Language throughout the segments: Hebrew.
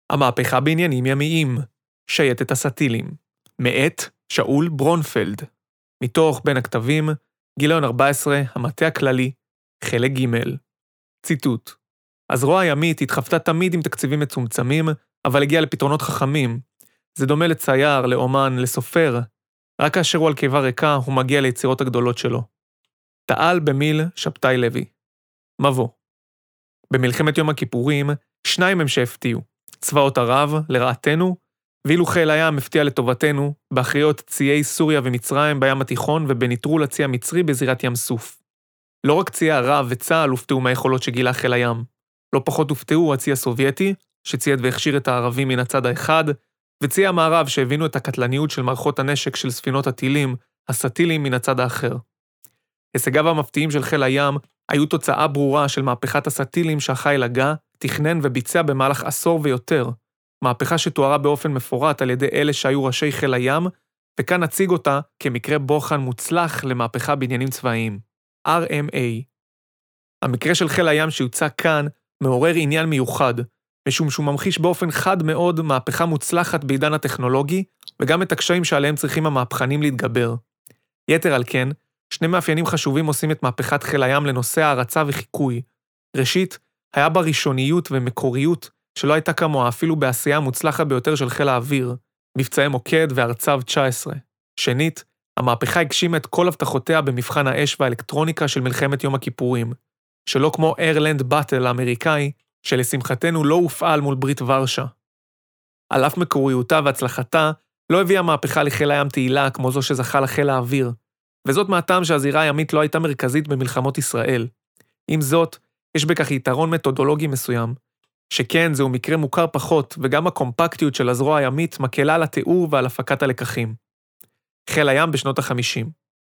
המהפכה בעניינים ימיים, שייטת הסטילים, מאת שאול ברונפלד, מתוך בין הכתבים, גיליון 14, המטה הכללי, חלק ג'. ציטוט: הזרוע הימית התחפתה תמיד עם תקציבים מצומצמים, אבל הגיעה לפתרונות חכמים. זה דומה לצייר, לאומן, לסופר. רק כאשר הוא על קיבה ריקה, הוא מגיע ליצירות הגדולות שלו. תעל במיל שבתאי לוי. מבוא. במלחמת יום הכיפורים, שניים הם שהפתיעו. צבאות ערב, לרעתנו, ואילו חיל הים הפתיע לטובתנו, בהכריות ציי סוריה ומצרים בים התיכון ובנטרול הצי המצרי בזירת ים סוף. לא רק ציי ערב וצה"ל הופתעו מהיכולות שגילה חיל הים. לא פחות הופתעו הצי הסובייטי, שצייד והכשיר את הערבים מן הצד האחד, וציי המערב שהבינו את הקטלניות של מערכות הנשק של ספינות הטילים, הסטילים מן הצד האחר. הישגיו המפתיעים של חיל הים היו תוצאה ברורה של מהפכת הסטילים שהחיל הגה, תכנן וביצע במהלך עשור ויותר, מהפכה שתוארה באופן מפורט על ידי אלה שהיו ראשי חיל הים, וכאן נציג אותה כמקרה בוחן מוצלח למהפכה בעניינים צבאיים, RMA. המקרה של חיל הים שיוצא כאן מעורר עניין מיוחד, משום שהוא ממחיש באופן חד מאוד מהפכה מוצלחת בעידן הטכנולוגי, וגם את הקשיים שעליהם צריכים המהפכנים להתגבר. יתר על כן, שני מאפיינים חשובים עושים את מהפכת חיל הים לנושא הערצה וחיקוי. ראשית, היה בה ראשוניות ומקוריות שלא הייתה כמוה אפילו בעשייה המוצלחת ביותר של חיל האוויר, מבצעי מוקד וארצב 19. שנית, המהפכה הגשימה את כל הבטחותיה במבחן האש והאלקטרוניקה של מלחמת יום הכיפורים, שלא כמו איירלנד באטל האמריקאי, שלשמחתנו לא הופעל מול ברית ורשה. על אף מקוריותה והצלחתה, לא הביאה מהפכה לחיל הים תהילה כמו זו שזכה לחיל האוויר, וזאת מהטעם שהזירה הימית לא הייתה מרכזית במלחמות ישראל. עם זאת, יש בכך יתרון מתודולוגי מסוים, שכן זהו מקרה מוכר פחות, וגם הקומפקטיות של הזרוע הימית מקלה על התיאור ועל הפקת הלקחים. חיל הים בשנות ה-50.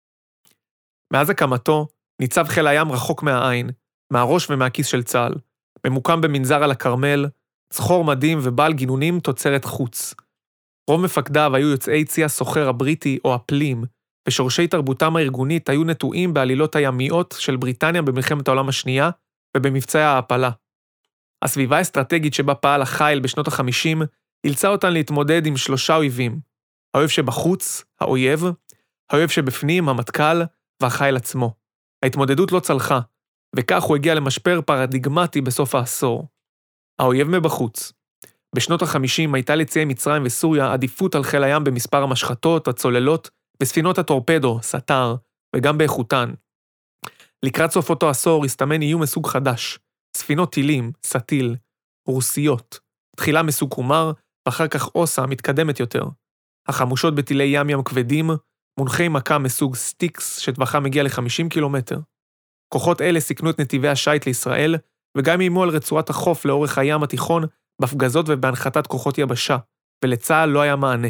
מאז הקמתו, ניצב חיל הים רחוק מהעין, מהראש ומהכיס של צה"ל, ממוקם במנזר על הכרמל, צחור מדים ובעל גינונים תוצרת חוץ. רוב מפקדיו היו יוצאי צי הסוחר הבריטי או הפלים, ושורשי תרבותם הארגונית היו נטועים בעלילות הימיות של בריטניה במלחמת העולם השנייה ובמבצעי ההעפלה. הסביבה האסטרטגית שבה פעל החיל בשנות ה-50 אילצה אותן להתמודד עם שלושה אויבים: האויב שבחוץ, האויב שבפנים, המטכ"ל, והחיל עצמו. ההתמודדות לא צלחה, וכך הוא הגיע למשבר פרדיגמטי בסוף העשור. האויב מבחוץ. בשנות ה-50 הייתה לציי מצרים וסוריה עדיפות על חיל הים במספר המשחטות, הצוללות, וספינות הטורפדו, סטאר, וגם באיכותן. לקראת סוף אותו עשור הסתמן איום מסוג חדש, ספינות טילים, סטיל, רוסיות, תחילה מסוג קומר, ואחר כך אוסה מתקדמת יותר. החמושות בטילי ים כבדים, מונחי מכה מסוג סטיקס שטווחה מגיע ל-50 קילומטר. כוחות אלה סיכנו את נתיבי השייט לישראל, וגם אימו על רצועת החוף לאורך הים התיכון, בהפגזות ובהנחתת כוחות יבשה, ולצה"ל לא היה מענה.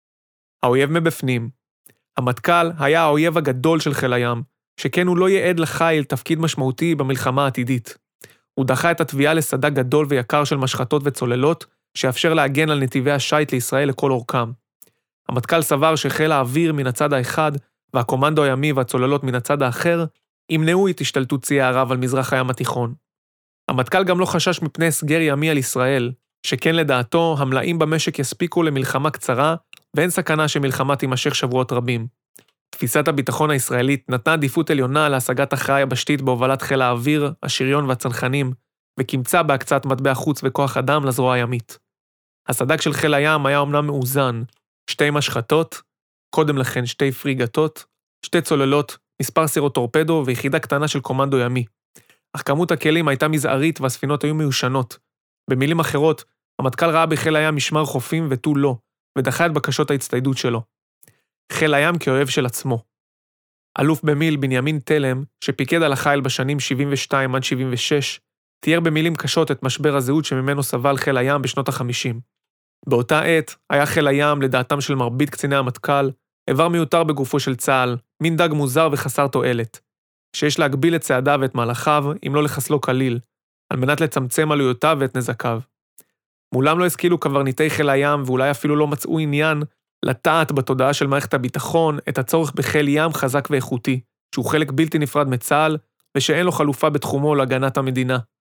האויב מבפנים. המטכ"ל היה האויב הגדול של חיל הים, שכן הוא לא יעד לחיל תפקיד משמעותי במלחמה העתידית. הוא דחה את התביעה לסדק גדול ויקר של משחטות וצוללות, שיאפשר להגן על נתיבי השייט לישראל לכל אורכם. המטכ"ל סבר שחיל האוויר מן הצד האחד, והקומנדו הימי והצוללות מן הצד האחר, ימנעו את השתלטות ציי ערב על מזרח הים התיכון. המטכ"ל גם לא חשש מפני הסגר ימי על ישראל, שכן לדעתו המלאים במשק יספיקו למלחמה קצרה, ואין סכנה שמלחמה תימשך שבועות רבים. תפיסת הביטחון הישראלית נתנה עדיפות עליונה להשגת הכרעה יבשתית בהובלת חיל האוויר, השריון והצנחנים, וקימצה בהקצת מטבע חוץ וכוח אדם לזרוע הימית. הסדק של חיל הים היה אומנם מאוזן, 2 משחטות, קודם לכן 2 פריגטות, 2 צוללות, מספר סירות טורפדו ויחידה קטנה של קומנדו ימי. אך כמות הכלים הייתה מזערית והספינות היו מיושנות. במילים אחרות, המטכ"ל ראה בחיל הים משמר חופים ותו לא, ודחה את בקשות ההצטיידות שלו. חיל הים כאויב של עצמו. אלוף במיל בנימין תלם, שפיקד על החיל בשנים 72 עד 76, תיאר במילים קשות את משבר הזהות שממנו סבל חיל הים בשנות ה-50. באותה עת היה חיל הים, לדעתם של מרבית קציני המטכ"ל, איבר מיותר בגופו של צה"ל, מין דג מוזר וחסר תועלת, שיש להגביל את צעדיו ואת מהלכיו, אם לא לחסלו כליל, על מנת לצמצם עלויותיו ואת נזקיו. מולם לא השכילו קברניטי חיל הים, ואולי אפילו לא מצאו עניין לטעת בתודעה של מערכת הביטחון את הצורך בחיל ים חזק ואיכותי, שהוא חלק בלתי נפרד מצה"ל, ושאין לו חלופה בתחומו להגנת המדינה.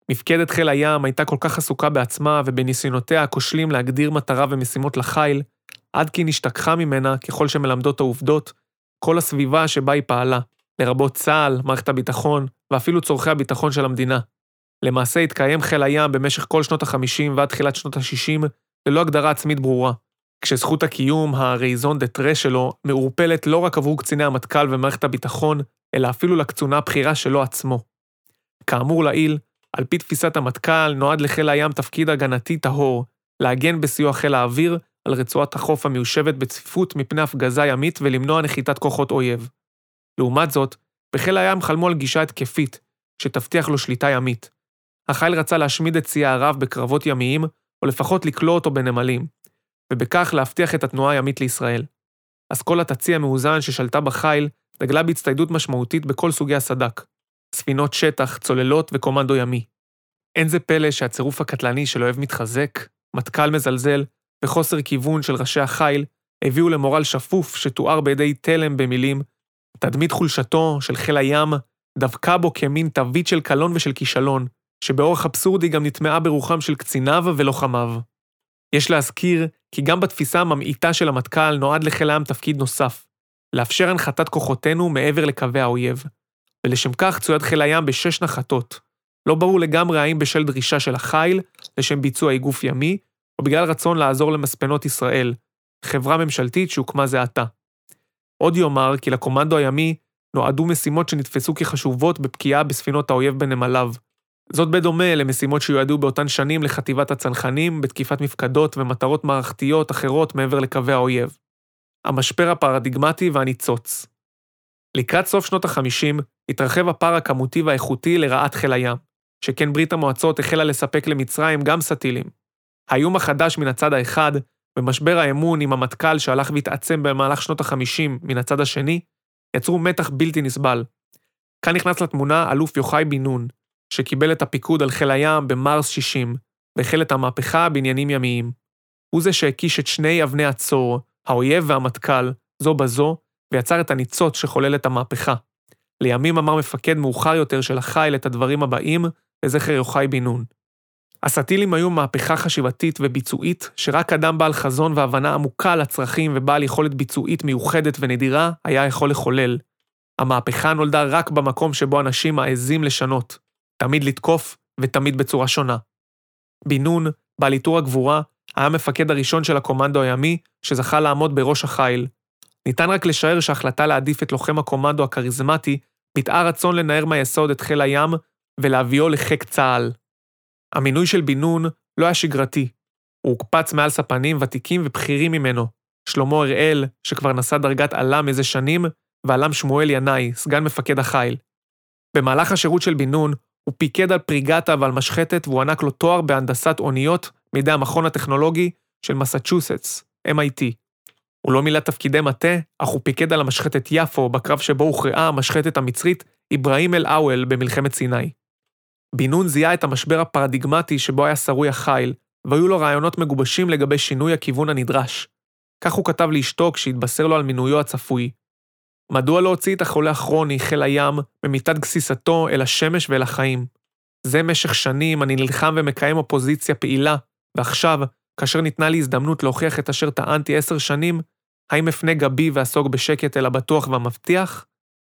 מפקדת חיל הים הייתה כל כך עסוקה בעצמה ובניסיונותיה הכושלים להגדיר מטרה ומשימות לחיל, עד כי נשתכחה ממנה ככל שמלמדות העובדות, כל הסביבה שבה היא פעלה, לרבות צה"ל, מערכת הביטחון ואפילו צורכי הביטחון של המדינה. למעשה התקיים חיל הים במשך כל שנות ה-50 ועד תחילת שנות ה-60 ללא הגדרה עצמית ברורה, כשזכות הקיום, הרייזון דה טרה שלו, מעורפלת לא רק עבור קציני המטכ"ל ומערכת הביטחון, אלא אפילו לקצונה הבכירה שלו עצמו. כאמור לעיל, על פי תפיסת המטכ"ל נועד לחיל הים תפקיד הגנתי טהור, להגן בסיוע חיל האוויר על רצועת החוף המיושבת בצפיפות מפני הפגזה ימית ולמנוע נחיתת כוחות אויב. לעומת זאת, בחיל הים חלמו על גישה התקפית, שתבטיח לו שליטה ימית. החיל רצה להשמיד את צי הערב בקרבות ימיים, או לפחות לקלוע אותו בנמלים, ובכך להבטיח את התנועה הימית לישראל. אסכולת הצי המאוזן ששלטה בחיל דגלה בהצטיידות משמעותית בכל סוגי הסדק, ספינות שטח, צוללות וקומנדו ימי. אין זה פלא שהצירוף הקטלני של אוהב מתחזק, מטכ"ל מזלזל וחוסר כיוון של ראשי החיל הביאו למורל שפוף שתואר בידי תלם במילים, תדמית חולשתו של חיל הים דווקא בו כמין תווית של קלון ושל כישלון, שבאורח אבסורדי גם נטמעה ברוחם של קציניו ולוחמיו. יש להזכיר כי גם בתפיסה הממעיטה של המטכ"ל נועד לחיל הים תפקיד נוסף, לאפשר הנחתת כוחותינו מעבר לקווי האויב, ולשם כך צויד חיל הים ב6 נחתות. לא ברור לגמרי האם בשל דרישה של החיל לשם ביצוע איגוף ימי, או בגלל רצון לעזור למספנות ישראל, חברה ממשלתית שהוקמה זה עתה. עוד יאמר כי לקומנדו הימי נועדו משימות שנתפסו כחשובות בפקיעה בספינות האויב בנמליו. זאת בדומה למשימות שיועדו באותן שנים לחטיבת הצנחנים בתקיפת מפקדות ומטרות מערכתיות אחרות מעבר לקווי האויב. המשבר הפרדיגמטי והניצוץ. לקראת סוף שנות ה-50 התרחב הפער הכמותי והאיכותי לרעת חיל הים, שכן ברית המועצות החלה לספק למצרים גם סטילים. האיום החדש מן הצד האחד, ומשבר האמון עם המטכ"ל שהלך והתעצם במהלך שנות ה-50 מן הצד השני, יצרו מתח בלתי נסבל. כאן נכנס לתמונה אלוף יוחאי בן נון, שקיבל את הפיקוד על חיל הים במרס 60, והחל את המהפכה בעניינים ימיים. הוא זה שהקיש את שני אבני הצור, האויב והמטכ"ל, זו בזו, ויצר את הניצוץ שחולל את המהפכה. לימים אמר מפקד מאוחר יותר של החיל את הדברים הבאים לזכר יוחאי בן נון. הסטילים היו מהפכה חשיבתית וביצועית, שרק אדם בעל חזון והבנה עמוקה לצרכים ובעל יכולת ביצועית מיוחדת ונדירה היה יכול לחולל. המהפכה נולדה רק במקום שבו אנשים מעזים לשנות, תמיד לתקוף ותמיד בצורה שונה. בן נון, בעל עיטור הגבורה, היה מפקד הראשון של הקומנדו הימי שזכה לעמוד בראש החיל. ניתן רק לשער שההחלטה להעדיף את לוחם הקומנדו הכריזמטי ביטאה רצון לנער מהיסוד את חיל הים ולהביאו לחיק צה"ל. המינוי של בן נון לא היה שגרתי. הוא הוקפץ מעל ספנים ותיקים ובכירים ממנו, שלמה הראל, שכבר נשא דרגת עלם איזה שנים, ועלם שמואל ינאי, סגן מפקד החיל. במהלך השירות של בן נון, הוא פיקד על פריגטה ועל משחטת, והוא ענק לו תואר בהנדסת אוניות מידי המכון הטכנולוגי של מסצ'וסטס, MIT. הוא לא מילא תפקידי מטה, אך הוא פיקד על המשחטת יפו, בקרב שבו הוכרעה המשחטת המצרית אברהים אל-אוול במלחמת סיני. בן נון זיהה את המשבר הפרדיגמטי שבו היה שרוי החיל, והיו לו רעיונות מגובשים לגבי שינוי הכיוון הנדרש. כך הוא כתב לאשתו כשהתבשר לו על מינויו הצפוי. מדוע לא הוציא את החולה הכרוני, חיל הים, ממיטת גסיסתו אל השמש ואל החיים? זה משך שנים אני נלחם ומקיים אופוזיציה פעילה, ועכשיו, כאשר ניתנה לי הזדמנות להוכיח את אשר טענתי 10 שנים, האם אפנה גבי ועסוק בשקט אל הבטוח והמבטיח?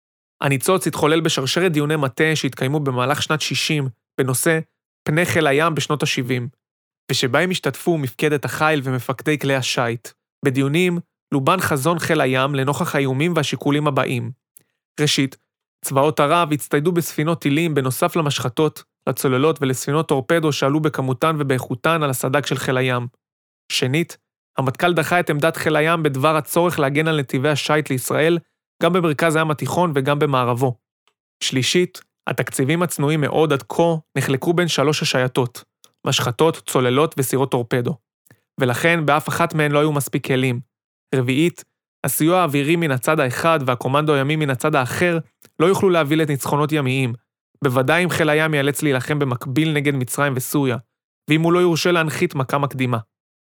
הניצוץ התחולל בשרשרת דיוני מטה שהתקיימו במהלך שנת 60 בנושא פני חיל הים בשנות ה-70, ושבהם השתתפו מפקדת החיל ומפקדי כלי השיט. בדיונים לובן חזון חיל הים לנוכח האיומים והשיקולים הבאים. ראשית, צבאות ערב הצטיידו בספינות טילים בנוסף למשחטות, לצוללות ולספינות טורפדו שעלו בכמותן ובאיכותן על הסד"כ של חיל הים. שנית, המטכ"ל דחה את עמדת חיל הים בדבר הצורך להגן על נתיבי השיט לישראל, גם במרכז הים התיכון וגם במערבו. שלישית, התקציבים הצנועים מאוד עד כה נחלקו בין 3 השייטות, משחטות, צוללות וסירות טורפדו. ולכן באף אחת מהן לא היו מספיק כלים. רביעית, הסיוע האווירי מן הצד האחד והקומנדו הימי מן הצד האחר לא יוכלו להביא לניצחונות ימיים, בוודאי אם חיל הים ייאלץ להילחם במקביל נגד מצרים וסוריה, ואם הוא לא יורשה להנחית מכה מקדימה.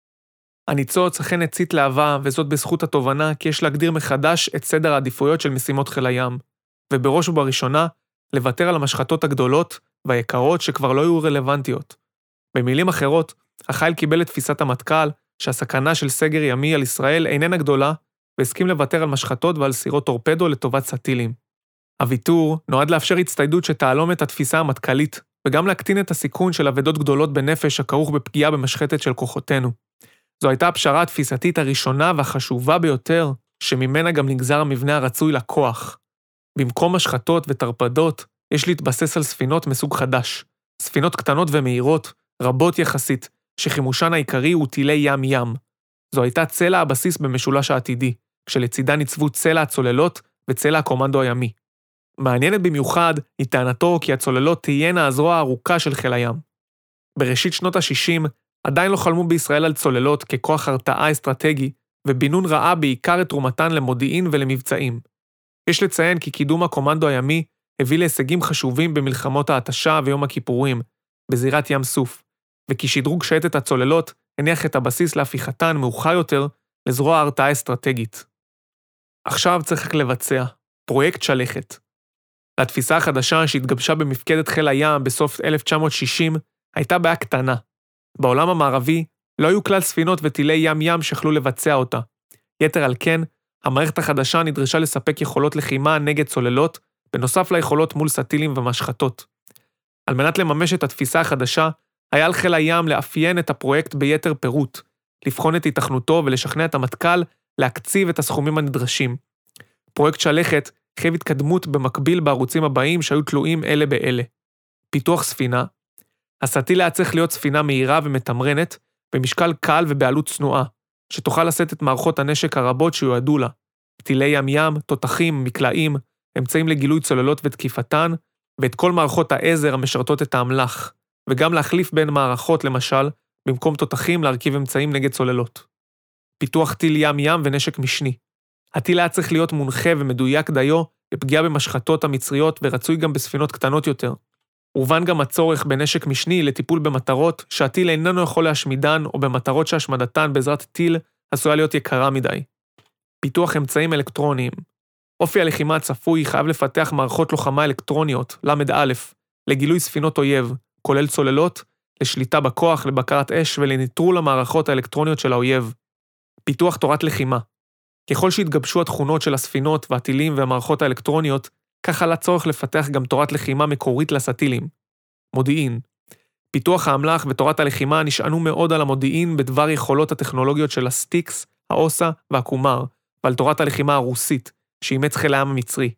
הניצוץ אכן הצית להבה, וזאת בזכות התובנה כי יש להגדיר מחדש את סדר העדיפויות של משימות חיל הים, ובראש ובראשונה, לוותר על המשחטות הגדולות והיקרות שכבר לא היו רלוונטיות. במילים אחרות, החיל קיבל את תפיסת המטכ"ל שהסכנה של סגר ימי על ישראל איננה גדולה, והסכים לוותר על משחטות ועל סירות טורפדו לטובת סטילים. הוויתור נועד לאפשר הצטיידות שתעלום את התפיסה המטכ"לית, וגם להקטין את הסיכון של אבדות גדולות בנפש הכרוך בפגיעה במשחטת של כוחותינו. זו הייתה הפשרה התפיסתית הראשונה והחשובה ביותר, שממנה גם נגזר המבנה הרצוי לכוח. במקום משחטות וטרפדות, יש להתבסס על ספינות מסוג חדש. ספינות קטנות ומהירות, רבות יחסית, שחימושן העיקרי הוא טילי ים-ים. זו הייתה צלע הבסיס במשולש העתידי, כשלצידה ניצבו צלע הצוללות וצלע הקומנדו הימי. מעניינת במיוחד היא טענתו כי הצוללות תהיינה הזרוע הארוכה של חיל הים. בראשית שנות ה-60 עדיין לא חלמו בישראל על צוללות ככוח הרתעה אסטרטגי, ובינון ראה בעיקר את תרומתן למודיעין ולמבצעים. יש לציין כי קידום הקומנדו הימי הביא להישגים חשובים במלחמות ההתשה ויום הכיפורים, בזירת ים סוף, וכי שדרוג שייטת הצוללות הניח את הבסיס להפיכתן מאוחר יותר לזרוע הרתעה אסטרטגית. עכשיו צריך לבצע פרויקט שלכת. התפיסה החדשה שהתגבשה במפקדת חיל הים בסוף 1960 הייתה בעיה קטנה. בעולם המערבי לא היו כלל ספינות וטילי ים-ים שיכלו לבצע אותה. יתר על כן, המערכת החדשה נדרשה לספק יכולות לחימה נגד צוללות, בנוסף ליכולות מול סטילים ומשחטות. על מנת לממש את התפיסה החדשה, היה על חיל הים לאפיין את הפרויקט ביתר פירוט, לבחון את התכנותו ולשכנע את המטכ"ל להקציב את הסכומים הנדרשים. פרויקט שלכת חייב התקדמות במקביל בערוצים הבאים שהיו תלויים אלה באלה. פיתוח ספינה. הסטיל היה צריך להיות ספינה מהירה ומתמרנת, במשקל קל ובעלות צנועה, שתוכל לשאת את מערכות הנשק הרבות שיועדו לה. טילי ים-ים, תותחים, מקלעים, אמצעים לגילוי צוללות ותקיפתן, ואת כל מערכות העזר המשרתות את האמל"ח, וגם להחליף בין מערכות, למשל, במקום תותחים להרכיב אמצעים נגד צוללות. פיתוח טיל ים-ים ונשק משני. הטיל היה צריך להיות מונחה ומדויק דיו לפגיעה במשחטות המצריות ורצוי גם בספינות קטנות יותר. הובן גם הצורך בנשק משני לטיפול במטרות שהטיל איננו יכול להשמידן או במטרות שהשמדתן בעזרת טיל עשויה להיות יקרה מדי. פיתוח אמצעים אלקטרוניים. אופי הלחימה הצפוי חייב לפתח מערכות לוחמה אלקטרוניות, למד-א', לגילוי ספינות אויב, כולל צוללות, לשליטה בכוח, לבקרת אש ולניטרול המערכות האלקטרוניות של האויב. פיתוח תורת לחימה. ככל שהתגבשו התכונות של הספינות והטילים והמערכות האלקטרוניות, כך עלה צורך לפתח גם תורת לחימה מקורית לסטילים. מודיעין. פיתוח האמל"ח ותורת הלחימה נשענו מאוד על המודיעין בדבר יכולות הטכנולוגיות של הסטיקס, האוסה והקומר, ועל תורת הלחימה הרוסית, שאימץ חיל הים המצרי.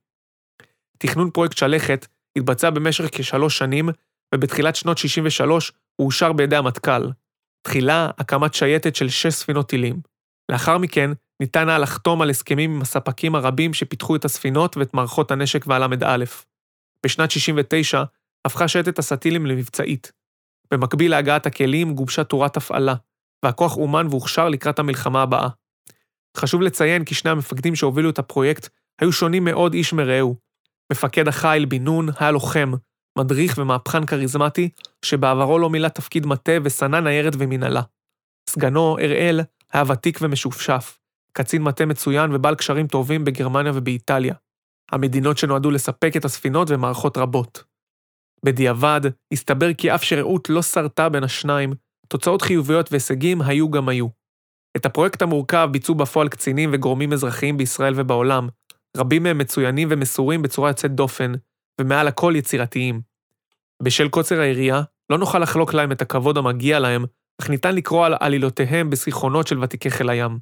תכנון פרויקט שלכת התבצע במשך כ3 שנים, ובתחילת שנות 63 הוא אושר בידי המטכ"ל. תחילה הקמת שייטת של 6 ספינות טילים. לאחר מכן ניתן היה לחתום על הסכמים עם הספקים הרבים שפיתחו את הספינות ואת מערכות הנשק והלמד-א'. בשנת 69 הפכה שייטת הסטילים למבצעית. במקביל להגעת הכלים גובשה תורת הפעלה, והכוח אומן והוכשר לקראת המלחמה הבאה. חשוב לציין כי שני המפקדים שהובילו את הפרויקט היו שונים מאוד איש מרעהו. מפקד החיל בן נון היה לוחם, מדריך ומהפכן כריזמטי, שבעברו לא מילא תפקיד מטה וסנן ניירת ומנהלה. סגנו, הראל, היה ותיק ומשופשף, קצין מטה מצוין ובעל קשרים טובים בגרמניה ובאיטליה, המדינות שנועדו לספק את הספינות ומערכות רבות. בדיעבד, הסתבר כי אף שרעות לא שרתה בין השניים, תוצאות חיוביות והישגים היו גם היו. את הפרויקט המורכב ביצעו בפועל קצינים וגורמים אזרחיים בישראל ובעולם, רבים מהם מצוינים ומסורים בצורה יוצאת דופן, ומעל הכל יצירתיים. בשל קוצר היריעה, לא נוכל לחלוק להם את הכבוד המגיע להם, אך ניתן לקרוא על עלילותיהם בזיכרונות של ותיקי חיל הים.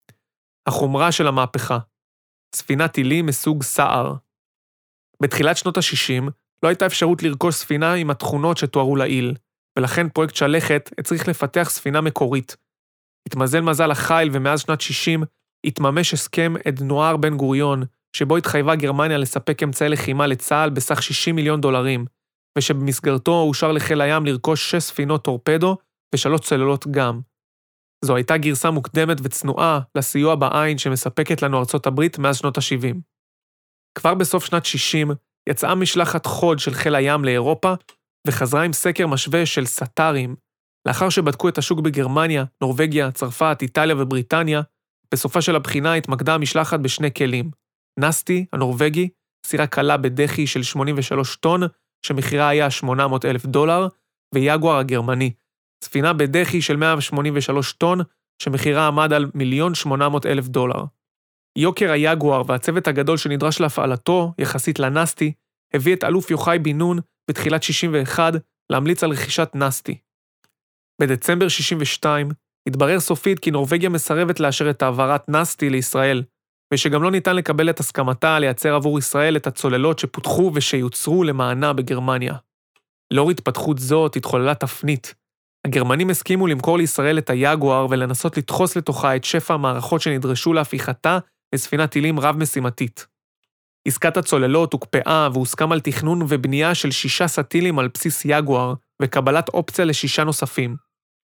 החומרה של המהפכה. ספינת טילים מסוג סער. בתחילת שנות ה-60 לא הייתה אפשרות לרכוש ספינה עם התכונות שתוארו לעיל, ולכן פרויקט שלכת הצריך לפתח ספינה מקורית. התמזל מזל החיל ומאז שנת 60 התממש הסכם עדנואר בן גוריון, שבו התחייבה גרמניה לספק אמצעי לחימה לצה"ל בסך $60 מיליון, ושבמסגרתו אושר לחיל הים לרכוש 6 ספינות טורפדו ו3 צוללות גם. זו הייתה גרסה מוקדמת וצנועה לסיוע בעין שמספקת לנו ארצות הברית מאז שנות ה-70. כבר בסוף שנת 60 יצאה משלחת חוד של חיל הים לאירופה, וחזרה עם סקר משווה של סטארים. לאחר שבדקו את השוק בגרמניה, נורווגיה, צרפת, איטליה ובריטניה, בסופה של הבחינה התמקדה המשלחת בשני כלים. נסטי, הנורווגי, סירה קלה בדחי של 83 טון, שמחירה היה $800,000, ויגואר הגרמני, ספינה בדחי של 183 טון, שמחירה עמד על $1,800,000. יוקר היגואר והצוות הגדול שנדרש להפעלתו, יחסית לנסטי, הביא את אלוף יוחאי בן נון בתחילת 61 להמליץ על רכישת נסטי. בדצמבר 62 התברר סופית כי נורווגיה מסרבת לאשר את העברת נסטי לישראל, ושגם לא ניתן לקבל את הסכמתה לייצר עבור ישראל את הצוללות שפותחו ושיוצרו למענה בגרמניה. לאור התפתחות זאת התחוללה תפנית. הגרמנים הסכימו למכור לישראל את היגואר ולנסות לדחוס לתוכה את שפע המערכות שנדרשו להפיכתה לספינת טילים רב-משימתית. עסקת הצוללות הוקפאה והוסכם על תכנון ובנייה של 6 סטילים על בסיס יגואר וקבלת אופציה ל6 נוספים.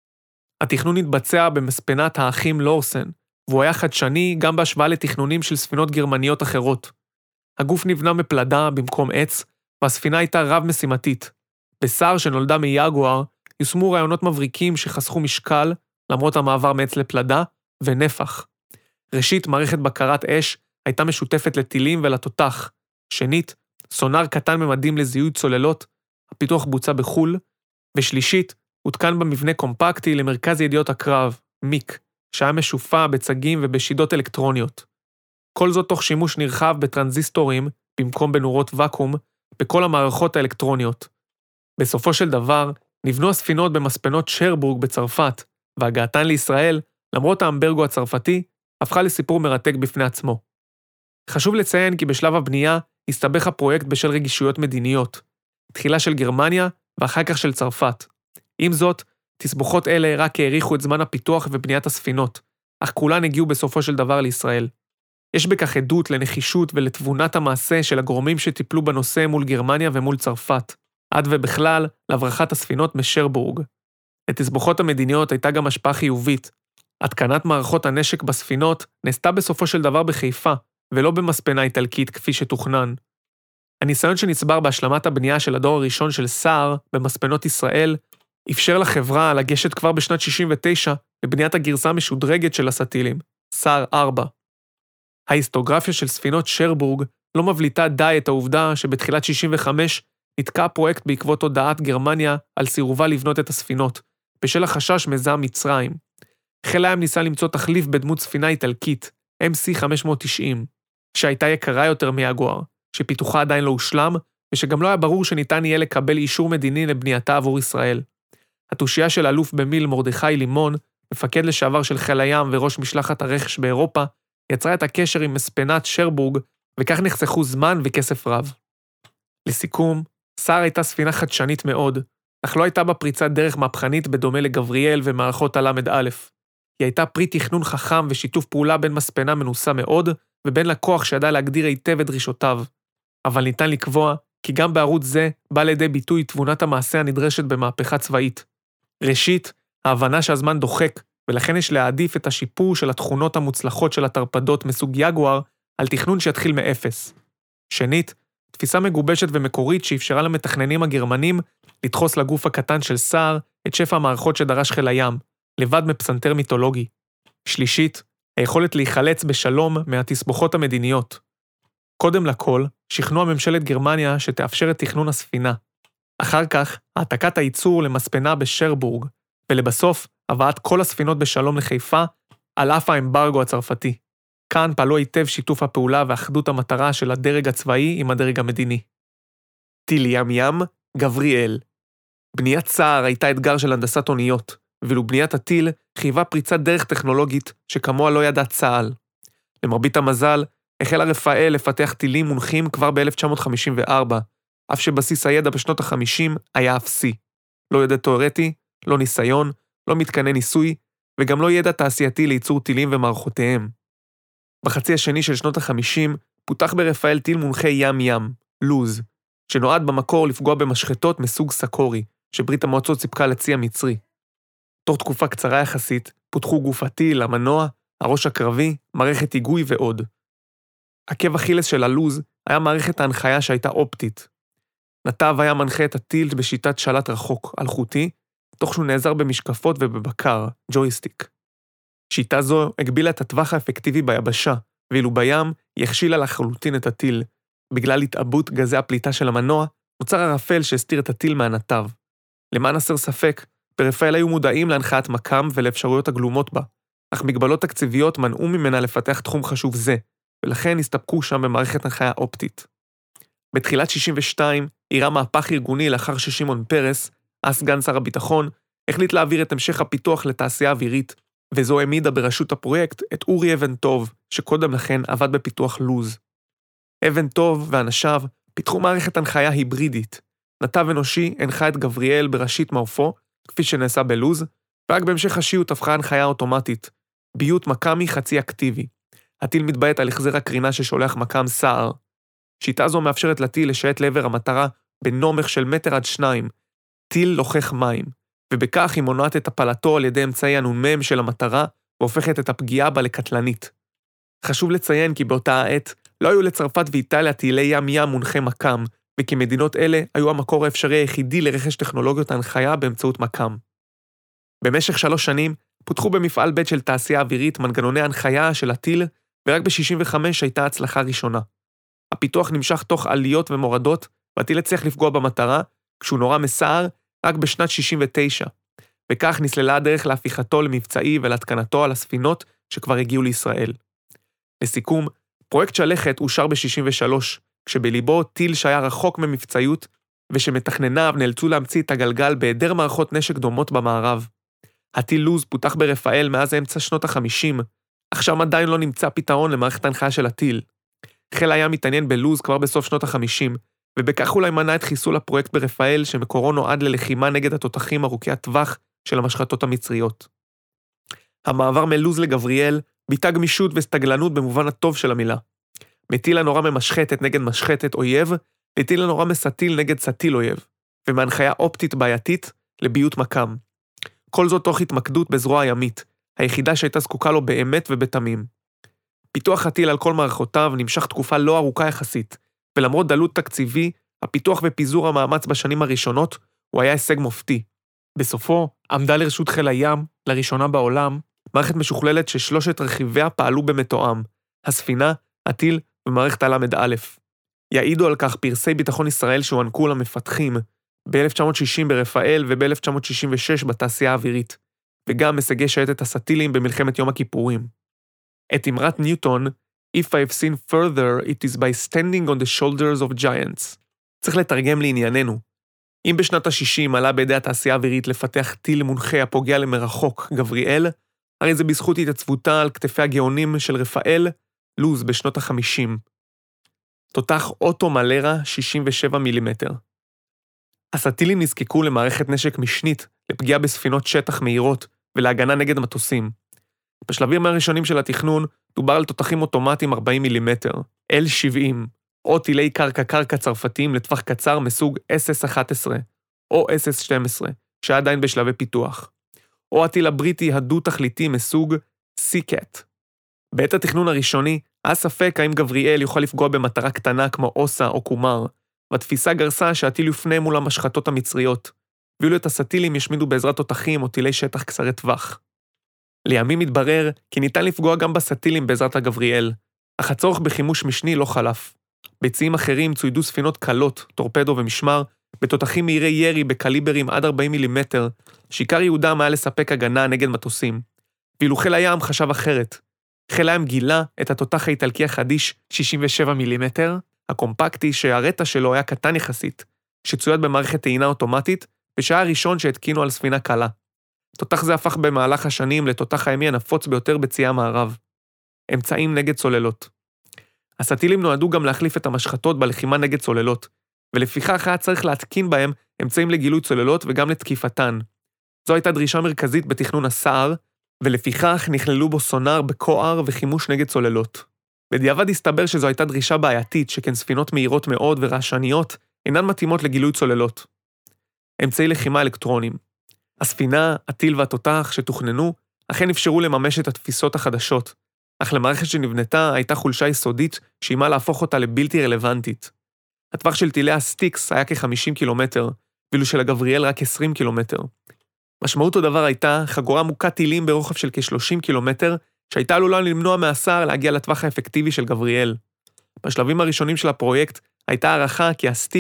התכנון התבצע במספנת האחים לורסן, והוא היה חדשני גם בהשוואה לתכנונים של ספינות גרמניות אחרות. הגוף נבנה מפלדה במקום עץ, והספינה הייתה רב-משימתית. בסער שנולדה מיגואר, יושמו רעיונות מבריקים שחסכו משקל, למרות המעבר מעץ לפלדה, ונפח. ראשית, מערכת בקרת אש הייתה משותפת לטילים ולתותח. שנית, סונאר קטן ממדים לזיהוי צוללות, הפיתוח בוצע בחול. ושלישית, הותקן במבנה קומפקטי למרכז ידיעות הקרב, מיק, שהיה משופע בצגים ובשידות אלקטרוניות. כל זאת תוך שימוש נרחב בטרנזיסטורים, במקום בנורות וקום, בכל המערכות האלקטרוניות. בסופו של דבר, נבנו הספינות במספנות שרבורג בצרפת, והגעתן לישראל, למרות האמברגו הצרפתי, הפכה לסיפור מרתק בפני עצמו. חשוב לציין כי בשלב הבנייה הסתבך הפרויקט בשל רגישויות מדיניות, תחילה של גרמניה ואחר כך של צרפת. עם זאת, תסבוכות אלה רק העריכו את זמן הפיתוח ובניית הספינות, אך כולן הגיעו בסופו של דבר לישראל. יש בכך עדות לנחישות ולתבונת המעשה של הגורמים שטיפלו בנושא מול גרמניה ומול צרפת, עד ובכלל להברחת הספינות משרבורג. לתסבוכות המדיניות הייתה גם השפעה חיובית. התקנת מערכות הנשק בספינות נעשתה בסופו של דבר בחיפה, ולא במספנה איטלקית כפי שתוכנן. הניסיון שנצבר בהשלמת הבנייה של הדור הראשון של סער במספנות ישראל, אפשר לחברה לגשת כבר בשנת 69 לבניית הגרסה המשודרגת של הסטילים, סער 4. ההיסטוגרפיה של ספינות שרבורג לא מבליטה די את העובדה שבתחילת 65 נתקע הפרויקט בעקבות הודעת גרמניה על סירובה לבנות את הספינות, בשל החשש מזעם מצרים. חיל הים ניסה למצוא תחליף בדמות ספינה איטלקית, MC590, שהייתה יקרה יותר מיגואר, שפיתוחה עדיין לא הושלם, ושגם לא היה ברור שניתן יהיה לקבל אישור מדיני לבנייתה עבור ישראל. התושייה של אלוף במיל מרדכי לימון, מפקד לשעבר של חיל הים וראש משלחת הרכש באירופה, יצרה את הקשר עם מספנת שרבורג, וכך נחסכו זמן וכסף רב. לסיכום, סער הייתה ספינה חדשנית מאוד, אך לא הייתה בה פריצת דרך מהפכנית בדומה לגבריאל ומערכות הלמד א'. היא הייתה פרי תכנון חכם ושיתוף פעולה בין מספנה מנוסה מאוד, ובין לקוח שידע להגדיר היטב את דרישותיו. אבל ניתן לקבוע כי גם בערוץ זה בא לידי ביטוי תבונת המעשה הנדרשת במהפכה צבאית. ראשית, ההבנה שהזמן דוחק, ולכן יש להעדיף את השיפור של התכונות המוצלחות של הטרפדות מסוג יגואר על תכנון שיתחיל מאפס. שנית, תפיסה מגובשת ומקורית שאפשרה למתכננים הגרמנים לדחוס לגוף הקטן של סער את שפע המערכות שדרש חיל הים, לבד מפסנתר מיתולוגי. שלישית, היכולת להיחלץ בשלום מהתסבוכות המדיניות. קודם לכל, שכנוע ממשלת גרמניה שתאפשר את תכנון הספינה. אחר כך, העתקת הייצור למספנה בשרבורג, ולבסוף, הבאת כל הספינות בשלום לחיפה, על אף האמברגו הצרפתי. כאן פעלו היטב שיתוף הפעולה ואחדות המטרה של הדרג הצבאי עם הדרג המדיני. טיל ים, גבריאל. בניית סער הייתה אתגר של הנדסת אוניות, ואילו בניית הטיל חייבה פריצת דרך טכנולוגית שכמוה לא ידע צה"ל. למרבית המזל, החל רפאל לפתח טילים מונחים כבר ב-1954, אף שבסיס הידע בשנות ה-50 היה אפסי. לא ידע תיאורטי, לא ניסיון, לא מתקני ניסוי, וגם לא ידע תעשייתי לייצור טילים ומערכותיהם. בחצי השני של שנות ה-50 פותח ברפאל טיל מונחה ים, לוז, שנועד במקור לפגוע במשחטות מסוג סקורי, שברית המועצות סיפקה לצי המצרי. תוך תקופה קצרה יחסית, פותחו גוף הטיל, המנוע, הראש הקרבי, מערכת היגוי ועוד. עקב אכילס של הלוז היה מערכת ההנחיה שהייתה אופטית. נתב היה מנחה את הטיל בשיטת שלט רחוק, אלחוטי, תוך שהוא נעזר במשקפות ובבקר, ג'ויסטיק. שיטה זו הגבילה את הטווח האפקטיבי ביבשה, ואילו בים היא הכשילה לחלוטין את הטיל, בגלל התאבות גזי הפליטה של המנוע נוצר ערפל שהסתיר את הטיל מהנתב. למען הסר ספק, ברפאל היו מודעים להנחיית מקם ולאפשרויות הגלומות בה, אך מגבלות תקציביות מנעו ממנה לפתח תחום חשוב זה, ולכן הסתפקו שם במערכת הנחיה אופטית. בתחילת 62 אירע מהפך ארגוני לאחר ששמעון פרס, סגן שר הביטחון, החליט להעביר את המשך הפיתוח לתעשייה אווירית, וזו העמידה בראשות הפרויקט את אורי אבן טוב, שקודם לכן עבד בפיתוח לוז. אבן טוב ואנשיו פיתחו מערכת הנחיה היברידית. נתב אנושי הנחה את גבריאל בראשית מעופו, כפי שנעשה בלוז, ורק בהמשך השיעוט הפכה הנחיה אוטומטית, ביות מקמי חצי אקטיבי. הטיל מתבעת על החזר הקרינה ששולח מקם סער. שיטה זו מאפשרת לטיל לשייט לעבר המטרה בנומך של 1 עד 2, טיל לוחך מים, ובכך היא מונעת את הפלתו על ידי אמצעי הנ"מ של המטרה, והופכת את הפגיעה בה לקטלנית. חשוב לציין כי באותה העת לא היו לצרפת ואיטליה טילי ים מונחי מקם, וכי מדינות אלה היו המקור האפשרי היחידי לרכש טכנולוגיות ההנחיה באמצעות מקם. במשך 3 שנים פותחו במפעל ב' של תעשייה אווירית מנגנוני ההנחיה של הטיל, ורק ב-65 הייתה הצלחה ראשונה. הפיתוח נמשך תוך עליות ומורדות, והטיל הצליח לפגוע במטרה, כשהוא נורא מסער רק בשנת 69, וכך נסללה הדרך להפיכתו למבצעי ולהתקנתו על הספינות שכבר הגיעו לישראל. לסיכום, פרויקט שלכת אושר ב-63, כשבליבו טיל שהיה רחוק ממבצעיות, ושמתכנניו נאלצו להמציא את הגלגל בהיעדר מערכות נשק דומות במערב. הטיל לוז פותח ברפאל מאז אמצע שנות ה-50, אך שם עדיין לא נמצא פתרון למערכת ההנחיה של הטיל. חיל הים מתעניין בלוז כבר בסוף שנות ה-50, ובכך אולי מנע את חיסול הפרויקט ברפאל שמקורו נועד ללחימה נגד התותחים ארוכי הטווח של המשחטות המצריות. המעבר מלוז לגבריאל ביטא גמישות וסתגלנות במובן הטוב של המילה. מטיל הנורא ממשחטת נגד משחטת אויב, לטיל הנורא מסטיל נגד סטיל אויב, ומהנחיה אופטית בעייתית לביות מקם. כל זאת תוך התמקדות בזרוע הימית, היחידה שהייתה זקוקה לו באמת ובתמים. פיתוח הטיל על כל מערכותיו נמשך תקופה לא ארוכה יחסית, ולמרות דלות תקציבי, הפיתוח ופיזור המאמץ בשנים הראשונות, הוא היה הישג מופתי. בסופו, עמדה לרשות חיל הים, לראשונה בעולם, מערכת משוכללת ששלושת רכיביה פעלו במתואם, הספינה, הטיל ומערכת הלמד א'. יעידו על כך פרסי ביטחון ישראל שהוענקו למפתחים, ב-1960 ברפאל וב-1966 בתעשייה האווירית, וגם הישגי שייטת הסטילים במלחמת יום הכיפורים. את אמרת ניוטון, If I've seen further, it is by standing on the shoulders of giants. צריך לתרגם לענייננו. אם בשנת ה-60 עלה בידי התעשייה האווירית לפתח טיל מונחה הפוגע למרחוק, גבריאל, הרי זה בזכות התעצבותה על כתפי הגאונים של רפאל, לוז בשנות ה-50. תותח אוטו מלרה 67 מילימטר. הסטילים נזקקו למערכת נשק משנית לפגיעה בספינות שטח מהירות ולהגנה נגד מטוסים. בשלבים הראשונים של התכנון דובר על תותחים אוטומטיים 40 מילימטר, L70, או טילי קרקע צרפתיים לטווח קצר מסוג SS-11 או SS-12, שעדיין בשלבי פיתוח, או הטיל הבריטי הדו-תכליתי מסוג Seacat. בעת התכנון הראשוני, היה ספק האם גבריאל יוכל לפגוע במטרה קטנה כמו אוסה או קומר, והתפיסה גרסה שהטיל יופנה מול המשחטות המצריות, ואילו את הסטילים ישמידו בעזרת תותחים או טילי שטח קצרי טווח. לימים מתברר כי ניתן לפגוע גם בסטילים בעזרת הגבריאל, אך הצורך בחימוש משני לא חלף. בציים אחרים צוידו ספינות קלות, טורפדו ומשמר, בתותחים מהירי ירי בקליברים עד 40 מילימטר, שעיקר יהודם היה לספק הגנה נגד מטוסים. ואילו חיל הים חשב אחרת. חיל הים גילה את התותח האיטלקי החדיש 67 מילימטר, הקומפקטי שהרטה שלו היה קטן יחסית, שצויד במערכת טעינה אוטומטית, ושהיה הראשון שהתקינו על ספינה קלה. תותח זה הפך במהלך השנים לתותח הימי הנפוץ ביותר בציי המערב. אמצעים נגד צוללות. הסטילים נועדו גם להחליף את המשחטות בלחימה נגד צוללות, ולפיכך היה צריך להתקין בהם אמצעים לגילוי צוללות וגם לתקיפתן. זו הייתה דרישה מרכזית בתכנון הסער, ולפיכך נכללו בו סונאר בקוער וחימוש נגד צוללות. בדיעבד הסתבר שזו הייתה דרישה בעייתית, שכן ספינות מהירות מאוד ורעשניות אינן מתאימות לגילוי צוללות. אמצעי לחימה אלקטרונים. הספינה, הטיל והתותח שתוכננו, אכן אפשרו לממש את התפיסות החדשות, אך למערכת שנבנתה הייתה חולשה יסודית שאימה להפוך אותה לבלתי רלוונטית. הטווח של טילי הסטיקס היה כ-50 קילומטר, ואילו של הגבריאל רק 20 קילומטר. משמעות הדבר הייתה חגורה מוקת טילים ברוחב של כ-30 קילומטר, שהייתה עלולה למנוע מהסער להגיע לטווח האפקטיבי של גבריאל. בשלבים הראשונים של הפרויקט הייתה הערכה כי הסטיקס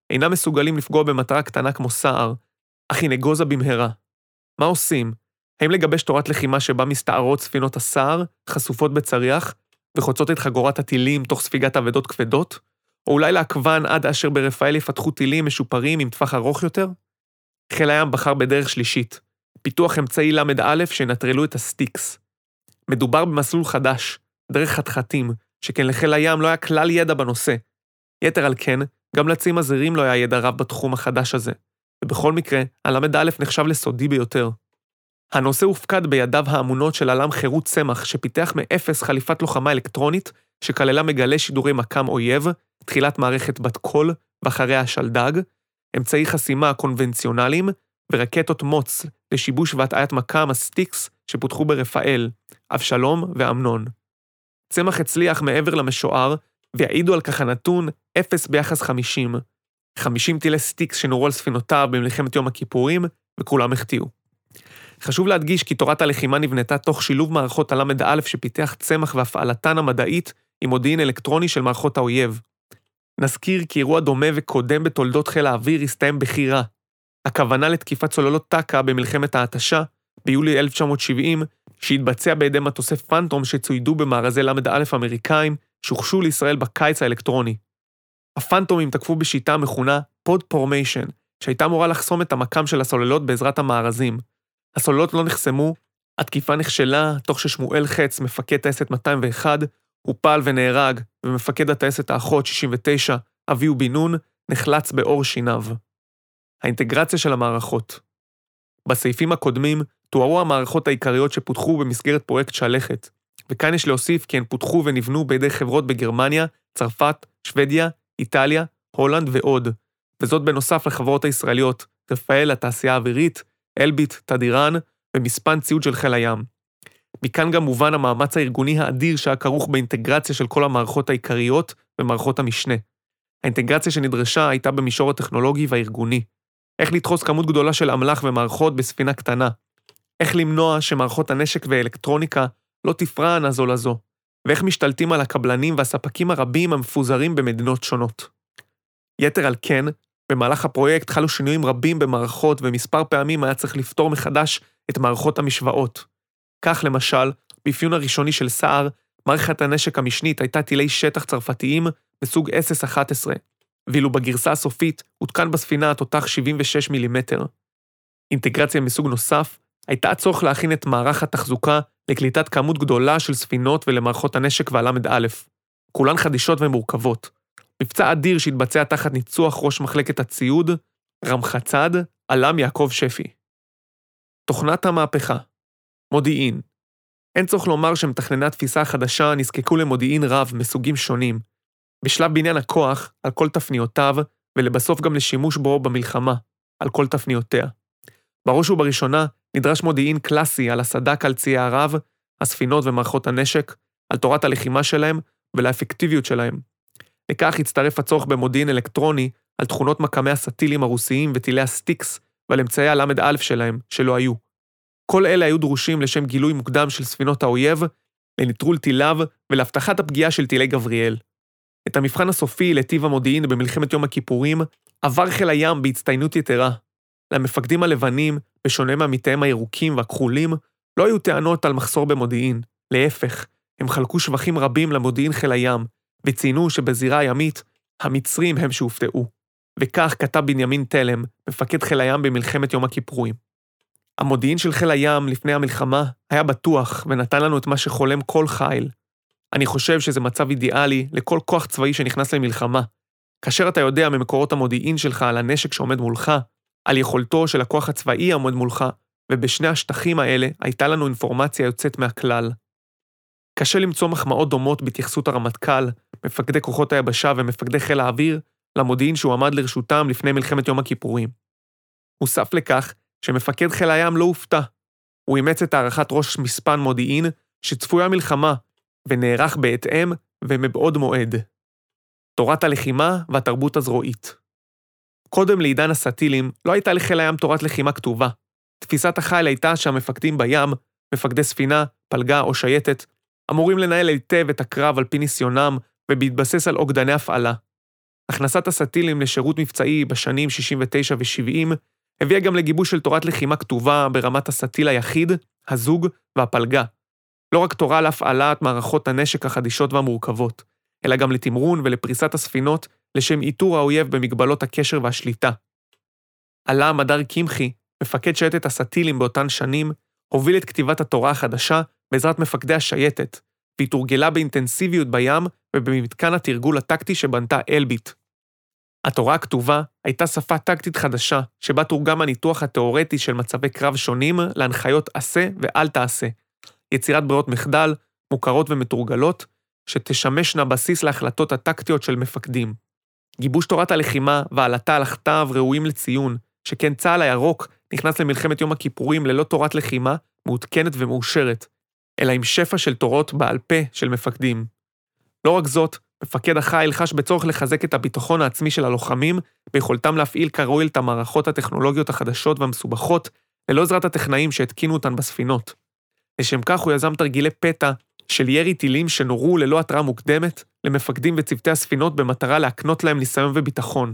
אינם מסוגלים לפגוע במטרה קטנה כמו סער, אך היא נגוזה במהרה. מה עושים? האם לגבש תורת לחימה שבה מסתערות ספינות הסער, חשופות בצריח, וחוצות את חגורת הטילים תוך ספיגת אבדות כבדות? או אולי לעקבן עד אשר ברפאל יפתחו טילים משופרים עם טווח ארוך יותר? חיל הים בחר בדרך שלישית, פיתוח אמצעי למד א' שנטרלו את הסטיקס. מדובר במסלול חדש, דרך חתחתים, שכן לחיל הים לא היה כלל ידע בנושא. יתר על כן, גם לצים הזרים לא היה ידע רב בתחום החדש הזה, ובכל מקרה, הלמד א' נחשב לסודי ביותר. הנושא הופקד בידיו האמונות של אלם חירות צמח, שפיתח מאפס חליפת לוחמה אלקטרונית, שכללה מגלי שידורי מקם אויב, תחילת מערכת בת קול, ואחריה השלדג, אמצעי חסימה קונבנציונליים, ורקטות מוץ לשיבוש והטעיית מקם הסטיקס שפותחו ברפאל, אבשלום ואמנון. צמח הצליח מעבר למשוער, והעידו על כך הנתון 0 ביחס 50. 50 טילי סטיקס שנורו על ספינותיו במלחמת יום הכיפורים, וכולם החטיאו. חשוב להדגיש כי תורת הלחימה נבנתה תוך שילוב מערכות הלמד א' שפיתח צמח והפעלתן המדעית עם מודיעין אלקטרוני של מערכות האויב. נזכיר כי אירוע דומה וקודם בתולדות חיל האוויר הסתיים בחירה. הכוונה לתקיפת צוללות טקה במלחמת ההתשה, ביולי 1970, שהתבצע בידי מטוסי פנטום שצוידו במארזי למד א' אמריקאים, שוחשו לישראל בקיץ האלקטרוני. הפנטומים תקפו בשיטה המכונה פוד פורמיישן, שהייתה אמורה לחסום את המקם של הסוללות בעזרת המארזים. הסוללות לא נחסמו, התקיפה נכשלה, תוך ששמואל חץ, מפקד טייסת 201, הופל ונהרג, ומפקד הטייסת האחות 69, אביהו בן נון, נחלץ באור שיניו. האינטגרציה של המערכות. בסעיפים הקודמים תוארו המערכות העיקריות שפותחו במסגרת פרויקט שלכת, וכאן יש להוסיף כי הן פותחו ונבנו בידי חברות בגרמניה, צרפת, שוודיה, איטליה, הולנד ועוד, וזאת בנוסף לחברות הישראליות, רפאל, התעשייה האווירית, אלביט, תדירן, ומספן ציוד של חיל הים. מכאן גם מובן המאמץ הארגוני האדיר שהיה כרוך באינטגרציה של כל המערכות העיקריות ומערכות המשנה. האינטגרציה שנדרשה הייתה במישור הטכנולוגי והארגוני. איך לדחוס כמות גדולה של אמל"ח ומערכות בספינה קטנה. איך למנוע שמערכות הנשק והאלקטרוניקה לא תפרענה זו לזו. ואיך משתלטים על הקבלנים והספקים הרבים המפוזרים במדינות שונות. יתר על כן, במהלך הפרויקט חלו שינויים רבים במערכות ומספר פעמים היה צריך לפתור מחדש את מערכות המשוואות. כך למשל, באפיון הראשוני של סער, מערכת הנשק המשנית הייתה טילי שטח צרפתיים מסוג SS-11, ואילו בגרסה הסופית הותקן בספינה התותח 76 מילימטר. אינטגרציה מסוג נוסף הייתה הצורך להכין את מערך התחזוקה לקליטת כמות גדולה של ספינות ולמערכות הנשק והלמד א', כולן חדישות ומורכבות. מבצע אדיר שהתבצע תחת ניצוח ראש מחלקת הציוד, רמח"צד, אלם יעקב שפי. תוכנת המהפכה. מודיעין. אין צורך לומר שמתכנני התפיסה החדשה נזקקו למודיעין רב מסוגים שונים, בשלב בניין הכוח על כל תפניותיו, ולבסוף גם לשימוש בו במלחמה, על כל תפניותיה. בראש ובראשונה נדרש מודיעין קלאסי על הסד"כ על ציי הרב, הספינות ומערכות הנשק, על תורת הלחימה שלהם ולאפקטיביות שלהם. לכך הצטרף הצורך במודיעין אלקטרוני על תכונות מקמי הסטילים הרוסיים וטילי הסטיקס ועל אמצעי הלמד א' שלהם, שלא היו. כל אלה היו דרושים לשם גילוי מוקדם של ספינות האויב, לניטרול טיליו ולהבטחת הפגיעה של טילי גבריאל. את המבחן הסופי לטיב המודיעין במלחמת יום הכיפורים עבר חיל הים בהצטיינות יתרה. למפקדים הלבנים, בשונה מעמיתיהם הירוקים והכחולים, לא היו טענות על מחסור במודיעין. להפך, הם חלקו שבחים רבים למודיעין חיל הים, וציינו שבזירה הימית, המצרים הם שהופתעו. וכך כתב בנימין תלם, מפקד חיל הים במלחמת יום הכיפורים. המודיעין של חיל הים לפני המלחמה היה בטוח ונתן לנו את מה שחולם כל חיל. אני חושב שזה מצב אידיאלי לכל כוח צבאי שנכנס למלחמה. כאשר אתה יודע ממקורות המודיעין שלך על הנשק שעומד מולך, על יכולתו של הכוח הצבאי העומד מולך, ובשני השטחים האלה הייתה לנו אינפורמציה יוצאת מהכלל. קשה למצוא מחמאות דומות בהתייחסות הרמטכ"ל, מפקדי כוחות היבשה ומפקדי חיל האוויר, למודיעין שהוא עמד לרשותם לפני מלחמת יום הכיפורים. הוסף לכך שמפקד חיל הים לא הופתע. הוא אימץ את הערכת ראש מספן מודיעין שצפויה מלחמה, ונערך בהתאם ומבעוד מועד. תורת הלחימה והתרבות הזרועית. קודם לעידן הסטילים לא הייתה לחיל הים תורת לחימה כתובה. תפיסת החיל הייתה שהמפקדים בים, מפקדי ספינה, פלגה או שייטת, אמורים לנהל היטב את הקרב על פי ניסיונם ובהתבסס על אוגדני הפעלה. הכנסת הסטילים לשירות מבצעי בשנים 69 ו-70 הביאה גם לגיבוש של תורת לחימה כתובה ברמת הסטיל היחיד, הזוג והפלגה. לא רק תורה להפעלת מערכות הנשק החדישות והמורכבות, אלא גם לתמרון ולפריסת הספינות לשם איתור האויב במגבלות הקשר והשליטה. עלה מדר קמחי, מפקד שייטת הסטילים באותן שנים, הוביל את כתיבת התורה החדשה בעזרת מפקדי השייטת, והיא תורגלה באינטנסיביות בים ובמתקן התרגול הטקטי שבנתה אלביט. התורה הכתובה הייתה שפה טקטית חדשה, שבה תורגם הניתוח התיאורטי של מצבי קרב שונים להנחיות עשה ואל תעשה, יצירת ברירות מחדל, מוכרות ומתורגלות, שתשמשנה בסיס להחלטות הטקטיות של מפקדים. גיבוש תורת הלחימה ועלתה על הכתב ראויים לציון, שכן צה"ל הירוק נכנס למלחמת יום הכיפורים ללא תורת לחימה מעודכנת ומאושרת, אלא עם שפע של תורות בעל פה של מפקדים. לא רק זאת, מפקד החיל חש בצורך לחזק את הביטחון העצמי של הלוחמים, ביכולתם להפעיל כראוי את המערכות הטכנולוגיות החדשות והמסובכות, ללא עזרת הטכנאים שהתקינו אותן בספינות. לשם כך הוא יזם תרגילי פתע של ירי טילים שנורו ללא התראה מוקדמת למפקדים וצוותי הספינות במטרה להקנות להם ניסיון וביטחון.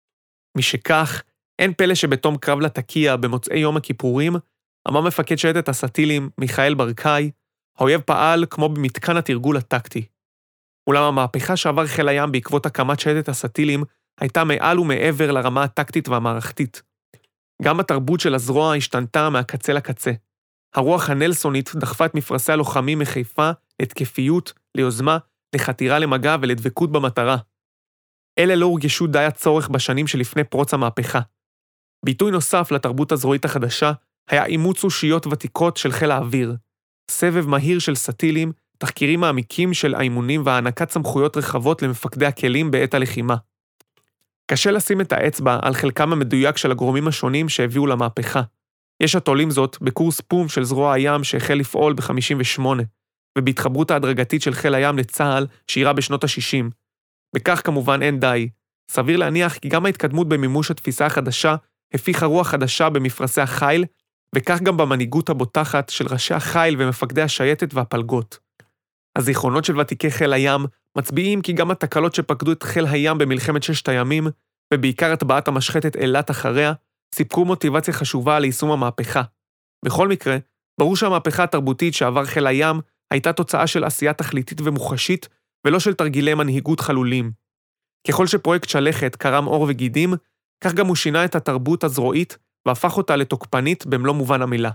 משכך, אין פלא שבתום קרב לתקיע במוצאי יום הכיפורים, אמר מפקד שייטת הסטילים מיכאל ברקאי, האויב פעל כמו במתקן התרגול הטקטי. אולם המהפכה שעבר חיל הים בעקבות הקמת שייטת הסטילים הייתה מעל ומעבר לרמה הטקטית והמערכתית. גם התרבות של הזרוע השתנתה מהקצה לקצה. הרוח הנלסונית דחפה את מפרסי הלוחמים מחיפה להתקפיות, ליוזמה, לחתירה למגע ולדבקות במטרה. אלה לא הורגשו די הצורך בשנים שלפני פרוץ המהפכה. ביטוי נוסף לתרבות הזרועית החדשה היה אימוץ אושיות ותיקות של חיל האוויר, סבב מהיר של סטילים, תחקירים מעמיקים של האימונים והענקת סמכויות רחבות למפקדי הכלים בעת הלחימה. קשה לשים את האצבע על חלקם המדויק של הגורמים השונים שהביאו למהפכה. יש התולים זאת בקורס פום של זרוע הים שהחל לפעול ב-58, ובהתחברות ההדרגתית של חיל הים לצה"ל שאירה בשנות ה-60. בכך כמובן אין די. סביר להניח כי גם ההתקדמות במימוש התפיסה החדשה הפיחה רוח חדשה במפרסי החיל, וכך גם במנהיגות הבוטחת של ראשי החיל ומפקדי השייטת והפלגות. הזיכרונות של ותיקי חיל הים מצביעים כי גם התקלות שפקדו את חיל הים במלחמת ששת הימים, ובעיקר הטבעת המשחטת אילת אחריה, סיפקו מוטיבציה חשובה ליישום המהפכה. בכל מקרה, ברור שהמהפכה התרבותית שעבר חיל הים הייתה תוצאה של עשייה תכליתית ומוחשית, ולא של תרגילי מנהיגות חלולים. ככל שפרויקט שלכת קרם עור וגידים, כך גם הוא שינה את התרבות הזרועית, והפך אותה לתוקפנית במלוא מובן המילה.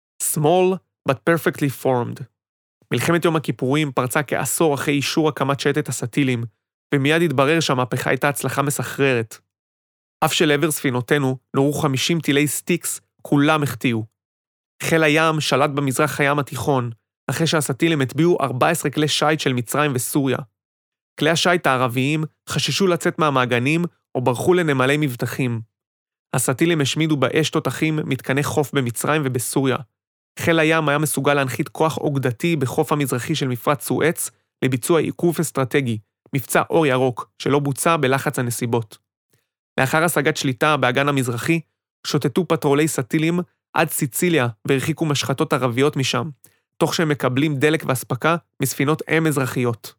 Small but perfectly formed. מלחמת יום הכיפורים פרצה כעשור אחרי אישור הקמת שייטת הסטילים, ומיד התברר שהמהפכה הייתה הצלחה מסחררת. אף שלעבר ספינותינו נורו 50 טילי סטיקס, כולם החטיאו. חיל הים שלט במזרח הים התיכון, אחרי שהסטילים הטביעו 14 כלי שייט של מצרים וסוריה. כלי השייט הערביים חששו לצאת מהמעגנים או ברחו לנמלי מבטחים. הסטילים השמידו באש תותחים מתקני חוף במצרים ובסוריה. חיל הים היה מסוגל להנחית כוח אוגדתי בחוף המזרחי של מפרץ סואץ לביצוע עיקוף אסטרטגי, מבצע אור ירוק, שלא בוצע בלחץ הנסיבות. לאחר השגת שליטה באגן המזרחי, שוטטו פטרולי סטילים עד סיציליה והרחיקו משחטות ערביות משם, תוך שהם מקבלים דלק והספקה מספינות אם אזרחיות.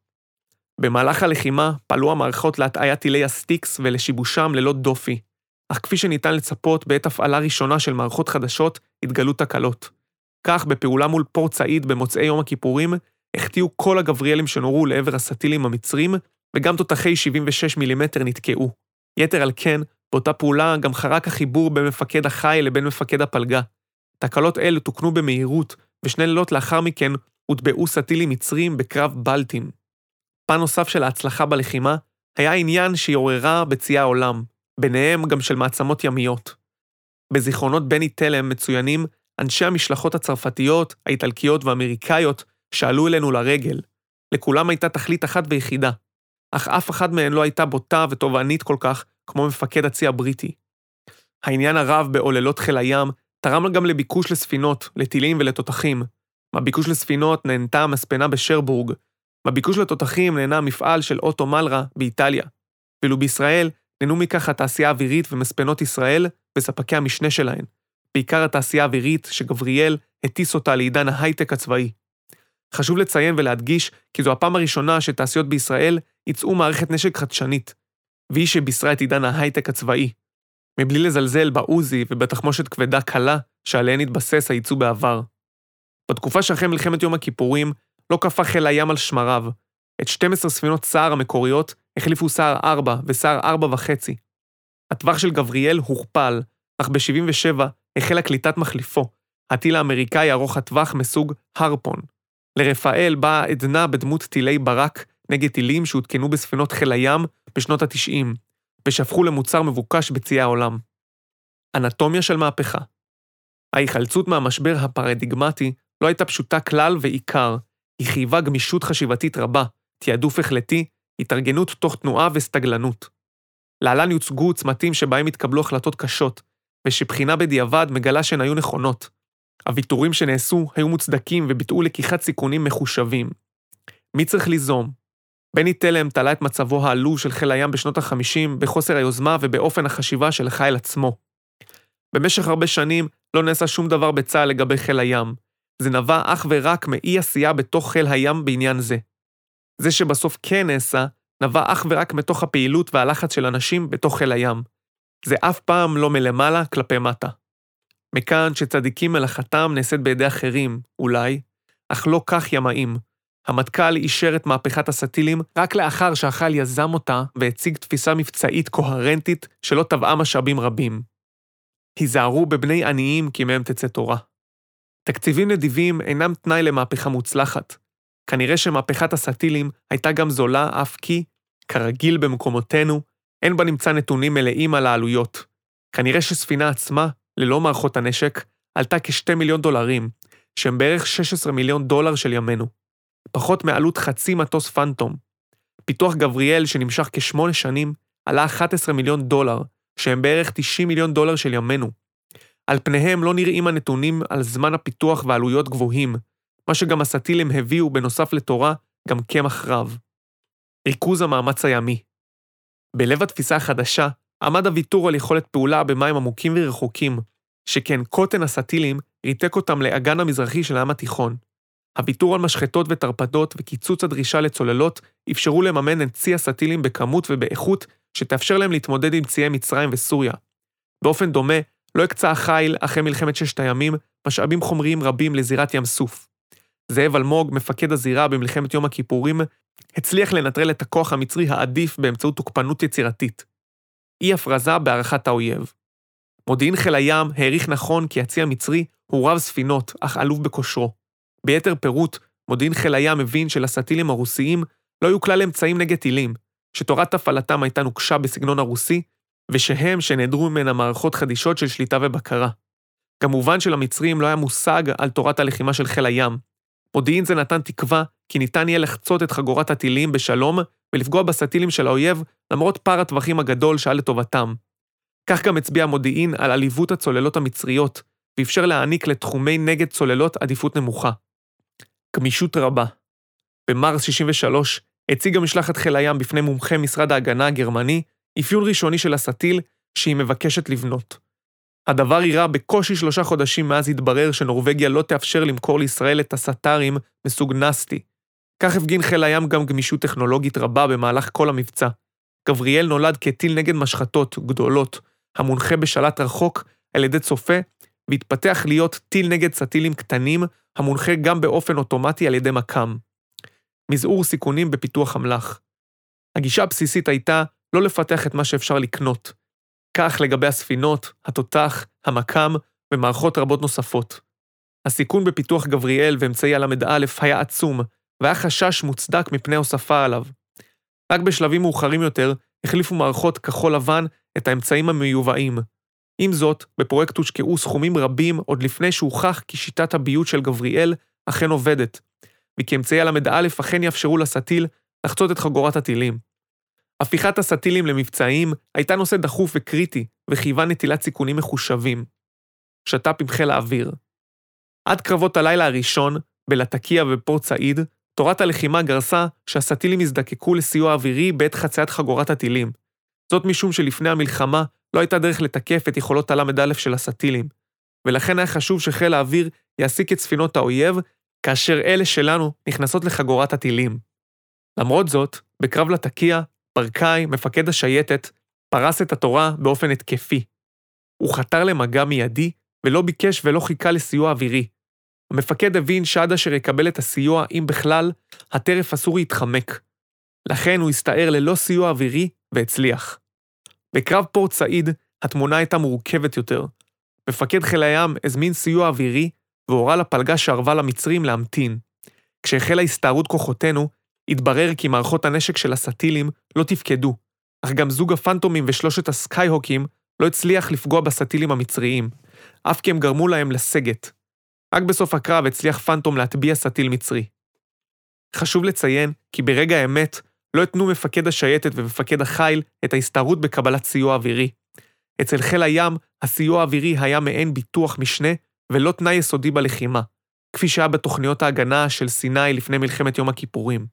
במהלך הלחימה פעלו המערכות להטעיית טילי הסטיקס ולשיבושם ללא דופי, אך כפי שניתן לצפות בעת הפעלה ראשונה של מערכות חדשות, התגלו תקלות. כך, בפעולה מול פורט סעיד במוצאי יום הכיפורים, החטיאו כל הגבריאלים שנורו לעבר הסטילים המצרים, וגם תותחי 76 מילימטר נתקעו. יתר על כן, באותה פעולה גם חרק החיבור בין מפקד החיל לבין מפקד הפלגה. תקלות אלה תוקנו במהירות, ושני לילות לאחר מכן הוטבעו סטילים מצרים בקרב בלטים. פן נוסף של ההצלחה בלחימה היה עניין שעוררה בציי העולם, ביניהם גם של מעצמות ימיות. בזיכרונות בני תלם מצוינים אנשי המשלחות הצרפתיות, האיטלקיות והאמריקאיות שעלו אלינו לרגל. לכולם הייתה תכלית אחת ויחידה, אך אף אחד מהן לא הייתה בוטה ותובענית כל כך כמו מפקד הצי הבריטי. העניין הרב בעוללות חיל הים תרם גם לביקוש לספינות, לטילים ולתותחים. מהביקוש לספינות נהנתה המספנה בשרבורג, מהביקוש לתותחים נהנה המפעל של אוטו מלרה באיטליה, ואילו בישראל נהנו מכך התעשייה האווירית ומספנות ישראל וספקי המשנה שלהן, בעיקר התעשייה האווירית שגבריאל הטיס אותה לעידן ההייטק הצבאי. חשוב לציין ולהדגיש כי זו הפעם הראשונה שתעשיות בישראל ייצאו מערכת נשק חדשנית. והיא שבישרה את עידן ההייטק הצבאי, מבלי לזלזל בעוזי ובתחמושת כבדה קלה שעליהן התבסס הייצוא בעבר. בתקופה שאחרי מלחמת יום הכיפורים לא קפא חיל הים על שמריו. את 12 ספינות סער המקוריות החליפו סער 4 וסער 4.5. הטווח של גבריאל הוכפל, אך ב-77 החלה קליטת מחליפו, הטיל האמריקאי ארוך הטווח מסוג הרפון. לרפאל באה עדנה בדמות טילי ברק נגד טילים שהותקנו בספינות חיל הים בשנות ה-90, ושהפכו למוצר מבוקש בציי העולם. אנטומיה של מהפכה. ההיחלצות מהמשבר הפרדיגמטי לא הייתה פשוטה כלל ועיקר, היא חייבה גמישות חשיבתית רבה, תיעדוף החלטי, התארגנות תוך תנועה וסתגלנות. להלן יוצגו צמתים שבהם התקבלו החלטות קשות, ושבחינה בדיעבד מגלה שהן היו נכונות. הוויתורים שנעשו היו מוצדקים וביטאו לקיחת סיכונים מחושבים. מי צריך ליזום? בני תלם תלה את מצבו העלוב של חיל הים בשנות ה-50 בחוסר היוזמה ובאופן החשיבה של החייל עצמו. במשך הרבה שנים לא נעשה שום דבר בצה"ל לגבי חיל הים. זה נבע אך ורק מאי עשייה בתוך חיל הים בעניין זה. זה שבסוף כן נעשה, נבע אך ורק מתוך הפעילות והלחץ של אנשים בתוך חיל הים. זה אף פעם לא מלמעלה כלפי מטה. מכאן שצדיקים מלאכתם נעשית בידי אחרים, אולי, אך לא כך ימאים. המטכ"ל אישר את מהפכת הסטילים רק לאחר שהחייל יזם אותה והציג תפיסה מבצעית קוהרנטית שלא טבעה משאבים רבים. היזהרו בבני עניים כי מהם תצא תורה. תקציבים נדיבים אינם תנאי למהפכה מוצלחת. כנראה שמהפכת הסטילים הייתה גם זולה אף כי, כרגיל במקומותינו, אין בה נמצא נתונים מלאים על העלויות. כנראה שספינה עצמה, ללא מערכות הנשק, עלתה כ$2 מיליון, שהם בערך $16 מיליון של ימינו. פחות מעלות חצי מטוס פנטום. פיתוח גבריאל שנמשך כ8 שנים, עלה $11 מיליון, שהם בערך $90 מיליון של ימינו. על פניהם לא נראים הנתונים על זמן הפיתוח ועלויות גבוהים, מה שגם הסטילים הביאו בנוסף לתורה גם קמח רב. ריכוז המאמץ הימי. בלב התפיסה החדשה, עמד הוויתור על יכולת פעולה במים עמוקים ורחוקים, שכן קוטן הסטילים ריתק אותם לאגן המזרחי של הים התיכון. הוויתור על משחטות וטרפדות וקיצוץ הדרישה לצוללות אפשרו לממן את צי הסטילים בכמות ובאיכות שתאפשר להם להתמודד עם ציי מצרים וסוריה. באופן דומה, לא הקצה החיל אחרי מלחמת 6 הימים משאבים חומריים רבים לזירת ים סוף. זאב אלמוג, מפקד הזירה במלחמת יום הכיפורים, הצליח לנטרל את הכוח המצרי העדיף באמצעות תוקפנות יצירתית. אי הפרזה בהערכת האויב. מודיעין חיל הים העריך נכון כי הצי המצרי הוא רב ספינות, אך עלוב בכושרו. ביתר פירוט, מודיעין חיל הים מבין שלסטילים הרוסיים לא היו כלל אמצעים נגד טילים, שתורת הפעלתם הייתה נוקשה בסגנון הרוסי, ושהם שנעדרו ממנה מערכות חדישות של שליטה ובקרה. כמובן שלמצרים לא היה מושג על תורת הלחימה של חיל הים. מודיעין זה נתן תקווה כי ניתן יהיה לחצות את חגורת הטילים בשלום ולפגוע בסטילים של האויב למרות פער הטווחים הגדול שהיה לטובתם. כך גם הצביע המודיעין על עליבות הצוללות המצריות, ואפשר להעניק לתחומי נגד צוללות עדיפות נמוכה. גמישות רבה. במרס 63 הציגה משלחת חיל הים בפני מומחה משרד ההגנה הגרמני אפיון ראשוני של הסטיל שהיא מבקשת לבנות. הדבר אירע בקושי 3 חודשים מאז התברר שנורווגיה לא תאפשר למכור לישראל את הסטארים מסוג נסטי. כך הפגין חיל הים גם גמישות טכנולוגית רבה במהלך כל המבצע. גבריאל נולד כטיל נגד משחטות גדולות, המונחה בשלט רחוק על ידי צופה, והתפתח להיות טיל נגד סטילים קטנים, המונחה גם באופן אוטומטי על ידי מקם. מזעור סיכונים בפיתוח המלח. הגישה הבסיסית הייתה לא לפתח את מה שאפשר לקנות. כך לגבי הספינות, התותח, המקם ומערכות רבות נוספות. הסיכון בפיתוח גבריאל ואמצעי הל"א היה עצום, והיה חשש מוצדק מפני הוספה עליו. רק בשלבים מאוחרים יותר החליפו מערכות כחול לבן את האמצעים המיובאים. עם זאת, בפרויקט הושקעו סכומים רבים עוד לפני שהוכח כי שיטת הביות של גבריאל אכן עובדת, וכי אמצעי הל"א אכן יאפשרו לסטיל לחצות את חגורת הטילים. הפיכת הסטילים למבצעיים הייתה נושא דחוף וקריטי, וחייבה נטילת סיכונים מחושבים. שת"פ עם חיל האוויר. עד קרבות הלילה הראשון, בלטקיה ובפורט סעיד, תורת הלחימה גרסה שהסטילים הזדקקו לסיוע אווירי בעת חציית חגורת הטילים. זאת משום שלפני המלחמה לא הייתה דרך לתקף את יכולות הל"א של הסטילים, ולכן היה חשוב שחיל האוויר יעסיק את ספינות האויב, כאשר אלה שלנו נכנסות לחגורת הטילים. למרות זאת, בקרב לטקיה, ברקאי, מפקד השייטת, פרס את התורה באופן התקפי. הוא חתר למגע מיידי ולא ביקש ולא חיכה לסיוע אווירי. המפקד הבין שעד אשר יקבל את הסיוע, אם בכלל, הטרף אסור להתחמק. לכן הוא הסתער ללא סיוע אווירי והצליח. בקרב פורט סעיד, התמונה הייתה מורכבת יותר. מפקד חיל הים הזמין סיוע אווירי והורה לפלגה שערבה למצרים להמתין. כשהחלה הסתערות כוחותינו, התברר כי מערכות הנשק של הסטילים לא תפקדו, אך גם זוג הפנטומים ושלושת הסקייהוקים לא הצליח לפגוע בסטילים המצריים, אף כי הם גרמו להם לסגת. רק בסוף הקרב הצליח פנטום להטביע סטיל מצרי. חשוב לציין כי ברגע האמת לא התנו מפקד השייטת ומפקד החיל את ההסתערות בקבלת סיוע אווירי. אצל חיל הים הסיוע האווירי היה מעין ביטוח משנה ולא תנאי יסודי בלחימה, כפי שהיה בתוכניות ההגנה של סיני לפני מלחמת יום הכיפורים.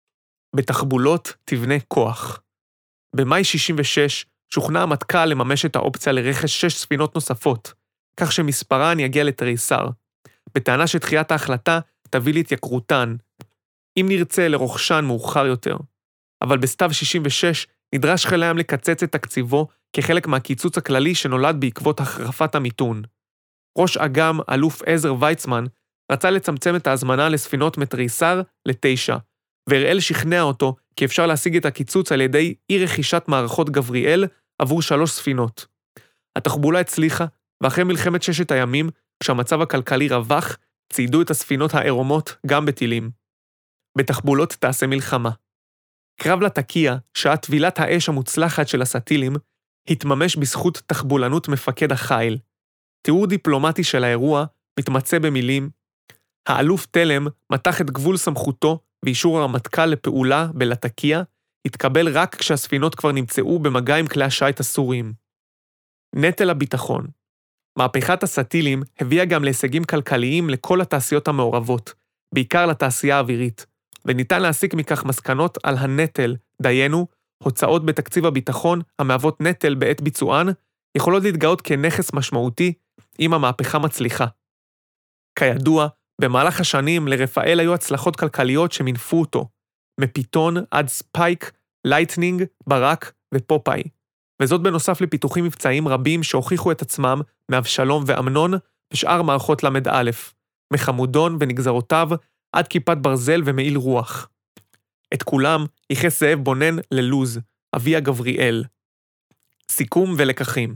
בתחבולות תבנה כוח. במאי 66 שוכנע המטכ"ל לממש את האופציה לרכש 6 ספינות נוספות, כך שמספרן יגיע לתריסר, בטענה שדחיית ההחלטה תביא להתייקרותן, אם נרצה לרוכשן מאוחר יותר. אבל בסתיו 66 נדרש חיל הים לקצץ את תקציבו כחלק מהקיצוץ הכללי שנולד בעקבות החרפת המיתון. ראש אג"ם, אלוף עזר ויצמן, רצה לצמצם את ההזמנה לספינות מתריסר ל9, והראל שכנע אותו כי אפשר להשיג את הקיצוץ על ידי אי רכישת מערכות גבריאל עבור 3 ספינות. התחבולה הצליחה, ואחרי מלחמת 6 הימים, כשהמצב הכלכלי רווח, ציידו את הספינות העירומות גם בטילים. בתחבולות תעשה מלחמה. קרב לתקיע, שעת טבילת האש המוצלחת של הסטילים, התממש בזכות תחבולנות מפקד החיל. תיאור דיפלומטי של האירוע מתמצא במילים, האלוף תלם מתח את גבול סמכותו ואישור הרמטכ"ל לפעולה בלתקיע, התקבל רק כשהספינות כבר נמצאו במגע עם כלי השיט הסוריים. נטל הביטחון. מהפכת הסטילים הביאה גם להישגים כלכליים לכל התעשיות המעורבות, בעיקר לתעשייה האווירית, וניתן להסיק מכך מסקנות על הנטל, דיינו, הוצאות בתקציב הביטחון המהוות נטל בעת ביצוען, יכולות להתגאות כנכס משמעותי אם המהפכה מצליחה. כידוע, במהלך השנים לרפאל היו הצלחות כלכליות שמנפו אותו, מפיתון עד ספייק, לייטנינג, ברק ופופאי, וזאת בנוסף לפיתוחים מבצעיים רבים שהוכיחו את עצמם מאבשלום ואמנון ושאר מערכות למד א', מחמודון ונגזרותיו עד כיפת ברזל ומעיל רוח. את כולם ייחס זאב בונן ללוז, אבי הגבריאל. סיכום ולקחים.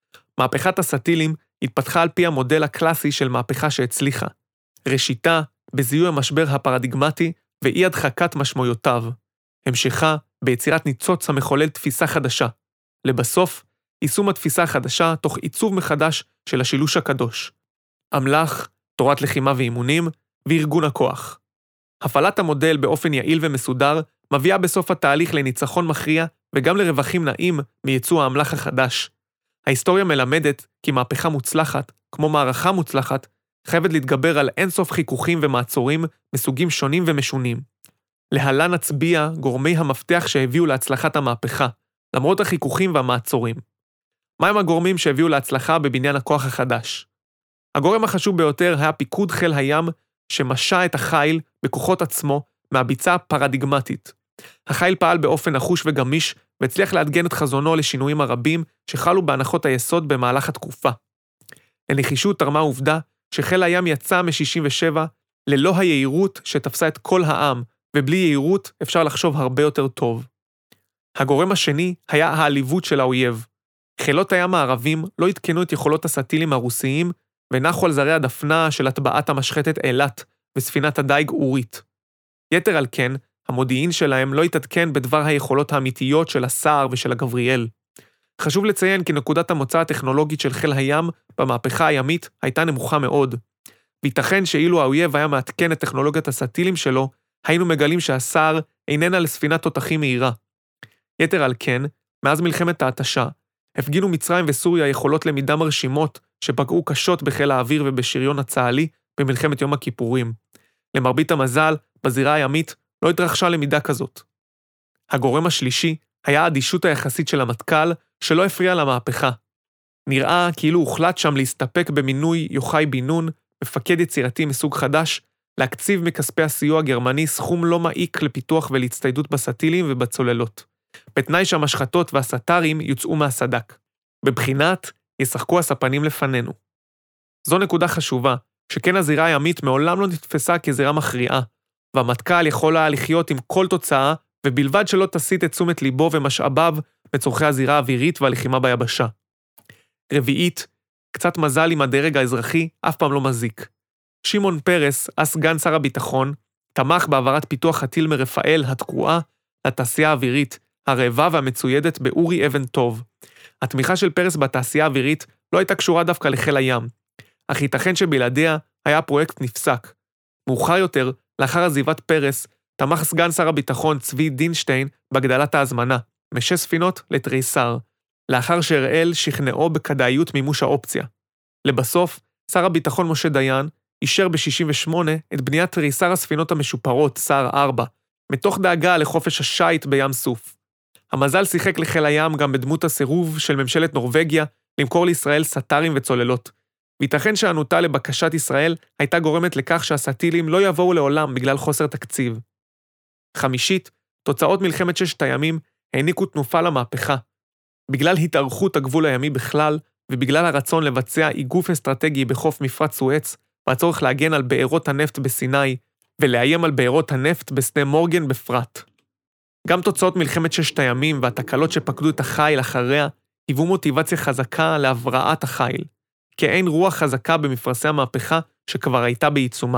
מהפכת הסטילים התפתחה על פי המודל הקלאסי של מהפכה שהצליחה. ראשיתה בזיהוי המשבר הפרדיגמטי ואי הדחקת משמעויותיו. המשכה ביצירת ניצוץ המחולל תפיסה חדשה. לבסוף, יישום התפיסה החדשה תוך עיצוב מחדש של השילוש הקדוש. אמל"ח, תורת לחימה ואימונים וארגון הכוח. הפעלת המודל באופן יעיל ומסודר מביאה בסוף התהליך לניצחון מכריע וגם לרווחים נעים מייצוא האמל"ח החדש. ההיסטוריה מלמדת כי מהפכה מוצלחת, כמו מערכה מוצלחת, חייבת להתגבר על אינסוף חיכוכים ומעצורים מסוגים שונים ומשונים. להלן נצביע גורמי המפתח שהביאו להצלחת המהפכה, למרות החיכוכים והמעצורים. מהם הגורמים שהביאו להצלחה בבניין הכוח החדש? הגורם החשוב ביותר היה פיקוד חיל הים שמשע את החיל בכוחות עצמו מהביצה הפרדיגמטית. החיל פעל באופן נחוש וגמיש והצליח להדגן את חזונו לשינויים הרבים שחלו בהנחות היסוד במהלך התקופה. לנחישות תרמה עובדה שחיל הים יצא מ-67 ללא היעירות שתפסה את כל העם, ובלי יעירות אפשר לחשוב הרבה יותר טוב. הגורם השני היה העליבות של האויב. חילות הים הערבים לא התקנו את יכולות הסטילים הרוסיים, ונחו על זרי הדפנה של הטבעת המשחטת אילת וספינת הדייג אורית. יתר על כן, המודיעין שלהם לא התעדכן בדבר היכולות האמיתיות של הסער ושל הגבריאל. חשוב לציין כי נקודת המוצא הטכנולוגית של חיל הים במהפכה הימית הייתה נמוכה מאוד. וייתכן שאילו האויב היה מעדכן את טכנולוגיית הסטילים שלו, היינו מגלים שהסער איננה לספינת תותחים מהירה. יתר על כן, מאז מלחמת ההתשה, הפגינו מצרים וסוריה יכולות למידה מרשימות שפגעו קשות בחיל האוויר ובשריון הצה"לי במלחמת יום הכיפורים. למרבית המזל, בזירה הימית לא התרחשה למידה כזאת. הגורם השלישי היה האדישות היחסית של המטכ"ל שלא הפריע למהפכה. נראה כאילו הוחלט שם להסתפק במינוי יוחאי בן נון, מפקד יצירתי מסוג חדש, להקציב מכספי הסיוע הגרמני סכום לא מעיק לפיתוח ולהצטיידות בסטילים ובצוללות. בתנאי שהמשחטות והסטרים יוצאו מהסדק. בבחינת ישחקו הספנים לפנינו. זו נקודה חשובה, שכן הזירה הימית מעולם לא נתפסה כזירה מכריעה, והמטכ"ל יכול היה לחיות עם כל תוצאה, ובלבד שלא תסיט את תשומת ליבו ומשאביו בצורכי הזירה האווירית והלחימה ביבשה. רביעית, קצת מזל עם הדרג האזרחי אף פעם לא מזיק. שמעון פרס, סגן שר הביטחון, תמך בהעברת פיתוח הטיל מרפאל התקועה לתעשייה האווירית, הרעבה והמצוידת באורי אבן טוב. התמיכה של פרס בתעשייה האווירית לא הייתה קשורה דווקא לחיל הים, אך ייתכן שבלעדיה היה הפרויקט נפסק. מאוחר יותר, לאחר עזיבת פרס, תמך סגן שר הביטחון צבי דינשטיין בהגדלת ההזמנה, מ6 ספינות לתריסר, לאחר שהראל שכנעו בכדאיות מימוש האופציה. לבסוף, שר הביטחון משה דיין אישר ב-68 את בניית תריסר הספינות המשופרות, סער 4, מתוך דאגה לחופש השייט בים סוף. המזל שיחק לחיל הים גם בדמות הסירוב של ממשלת נורווגיה למכור לישראל סטרים וצוללות, וייתכן שענותה לבקשת ישראל הייתה גורמת לכך שהסטילים לא יבואו לעולם בגלל חוסר תקציב. חמישית, תוצאות מלחמת ששת הימים העניקו תנופה למהפכה. בגלל התארכות הגבול הימי בכלל, ובגלל הרצון לבצע איגוף אסטרטגי בחוף מפרץ סואץ, והצורך להגן על בארות הנפט בסיני, ולאיים על בארות הנפט בשדה מורגן בפרט. גם תוצאות מלחמת ששת הימים והתקלות שפקדו את החיל אחריה, היוו מוטיבציה חזקה להבראת החיל, כי אין רוח חזקה במפרשי המהפכה שכבר הייתה בעיצומה.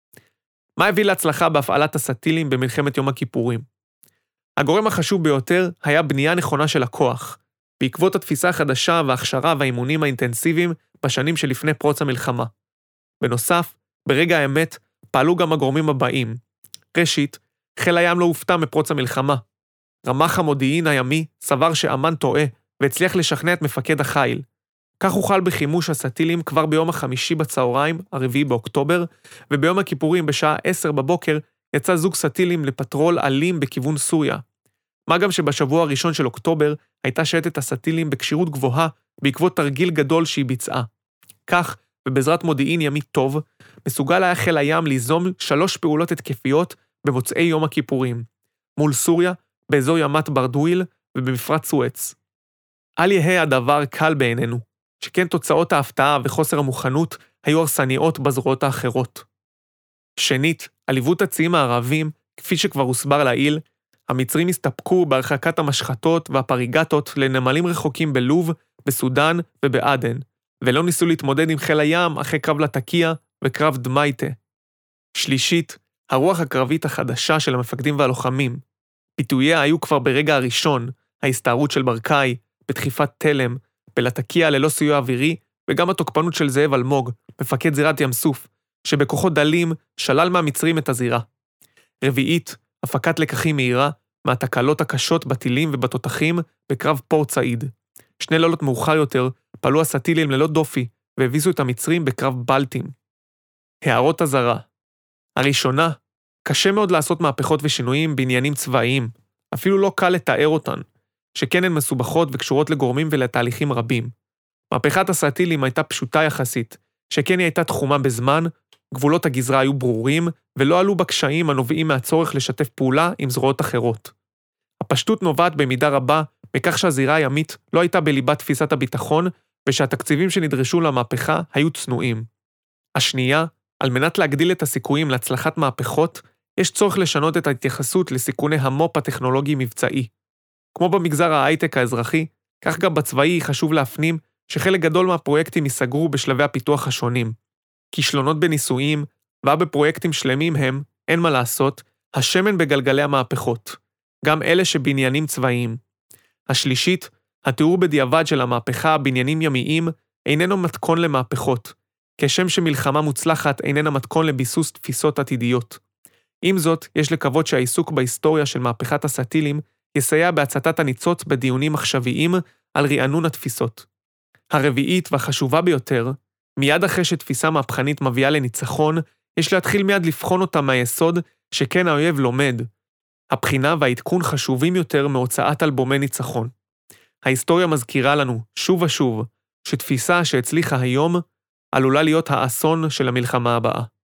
מה הביא להצלחה בהפעלת הסטילים במלחמת יום הכיפורים? הגורם החשוב ביותר היה בנייה נכונה של הכוח, בעקבות התפיסה החדשה וההכשרה והאימונים האינטנסיביים בשנים שלפני פרוץ המלחמה. בנוסף, ברגע האמת פעלו גם הגורמים הבאים. ראשית, חיל הים לא הופתע מפרוץ המלחמה. רמ"ח המודיעין הימי סבר שאמן טועה והצליח לשכנע את מפקד החיל. כך הוחל בחימוש הסטילים כבר ביום החמישי בצהריים, 4 באוקטובר, וביום הכיפורים בשעה 10 בבוקר יצא זוג סטילים לפטרול אלים בכיוון סוריה. מה גם שבשבוע הראשון של אוקטובר הייתה שייטת הסטילים בקשירות גבוהה בעקבות תרגיל גדול שהיא ביצעה. כך, ובעזרת מודיעין ימי טוב, מסוגל היה חיל הים ליזום 3 פעולות התקפיות במוצאי יום הכיפורים, מול סוריה, באזור ימת ברדוויל ובמפרץ סואץ. אל יהא הדבר קל בעינינו, שכן תוצאות ההפתעה וחוסר המוכנות היו הרסניות בזרועות האחרות. שנית, עליבות הציים הערבים, כפי שכבר הוסבר לעיל, המצרים הסתפקו בהרחקת המשחטות והפריגטות לנמלים רחוקים בלוב, בסודן ובעדן, ולא ניסו להתמודד עם חיל הים אחרי קרב לטקיה וקרב דמייטה. שלישית, הרוח הקרבית החדשה של המפקדים והלוחמים. פיתוייה היו כבר ברגע הראשון, ההסתערות של ברקאי, בדחיפת תלם, בלטקיה ללא סיוע אווירי, וגם התוקפנות של זאב אלמוג, מפקד זירת ים סוף, שבכוחות דלים שלל מהמצרים את הזירה. רביעית, הפקת לקחים מהירה, מהתקלות הקשות בטילים ובתותחים בקרב פורט סעיד. 2 לילות מאוחר יותר פעלו הסטילים ללא דופי, והביסו את המצרים בקרב בלטים. הערות הזרה. הראשונה, קשה מאוד לעשות מהפכות ושינויים בעניינים צבאיים, אפילו לא קל לתאר אותן, שכן הן מסובכות וקשורות לגורמים ולתהליכים רבים. מהפכת הסטילים הייתה פשוטה יחסית, שכן היא הייתה תחומה בזמן, גבולות הגזרה היו ברורים, ולא עלו בקשיים הנובעים מהצורך לשתף פעולה עם זרועות אחרות. הפשטות נובעת במידה רבה מכך שהזירה הימית לא הייתה בליבת תפיסת הביטחון, ושהתקציבים שנדרשו למהפכה היו צנועים. השנייה, על מנת להגדיל את הסיכויים להצלחת מהפכות, יש צורך לשנות את ההתייחסות לסיכוני המו"פ הטכנולוגי-מבצעי. כמו במגזר ההייטק האזרחי, כך גם בצבאי חשוב להפנים שחלק גדול מהפרויקטים ייסגרו בשלבי הפיתוח השונים. כישלונות בניסויים ובפרויקטים שלמים הם, אין מה לעשות, השמן בגלגלי המהפכות, גם אלה שבניינים צבאיים. השלישית, התיאור בדיעבד של המהפכה בניינים ימיים איננו מתכון למהפכות, כשם שמלחמה מוצלחת איננה מתכון לביסוס תפיסות עתידיות. עם זאת, יש לקוות שהעיסוק בהיסטוריה של מהפכת הסטילים יסייע בהצתת הניצוץ בדיונים מחשביים על רענון התפיסות. הרביעית והחשובה ביותר, מיד אחרי שתפיסה מהפכנית מביאה לניצחון, יש להתחיל מיד לבחון אותה מהיסוד שכן האויב לומד. הבחינה והעדכון חשובים יותר מהוצאת אלבומי ניצחון. ההיסטוריה מזכירה לנו, שוב ושוב, שתפיסה שהצליחה היום עלולה להיות האסון של המלחמה הבאה.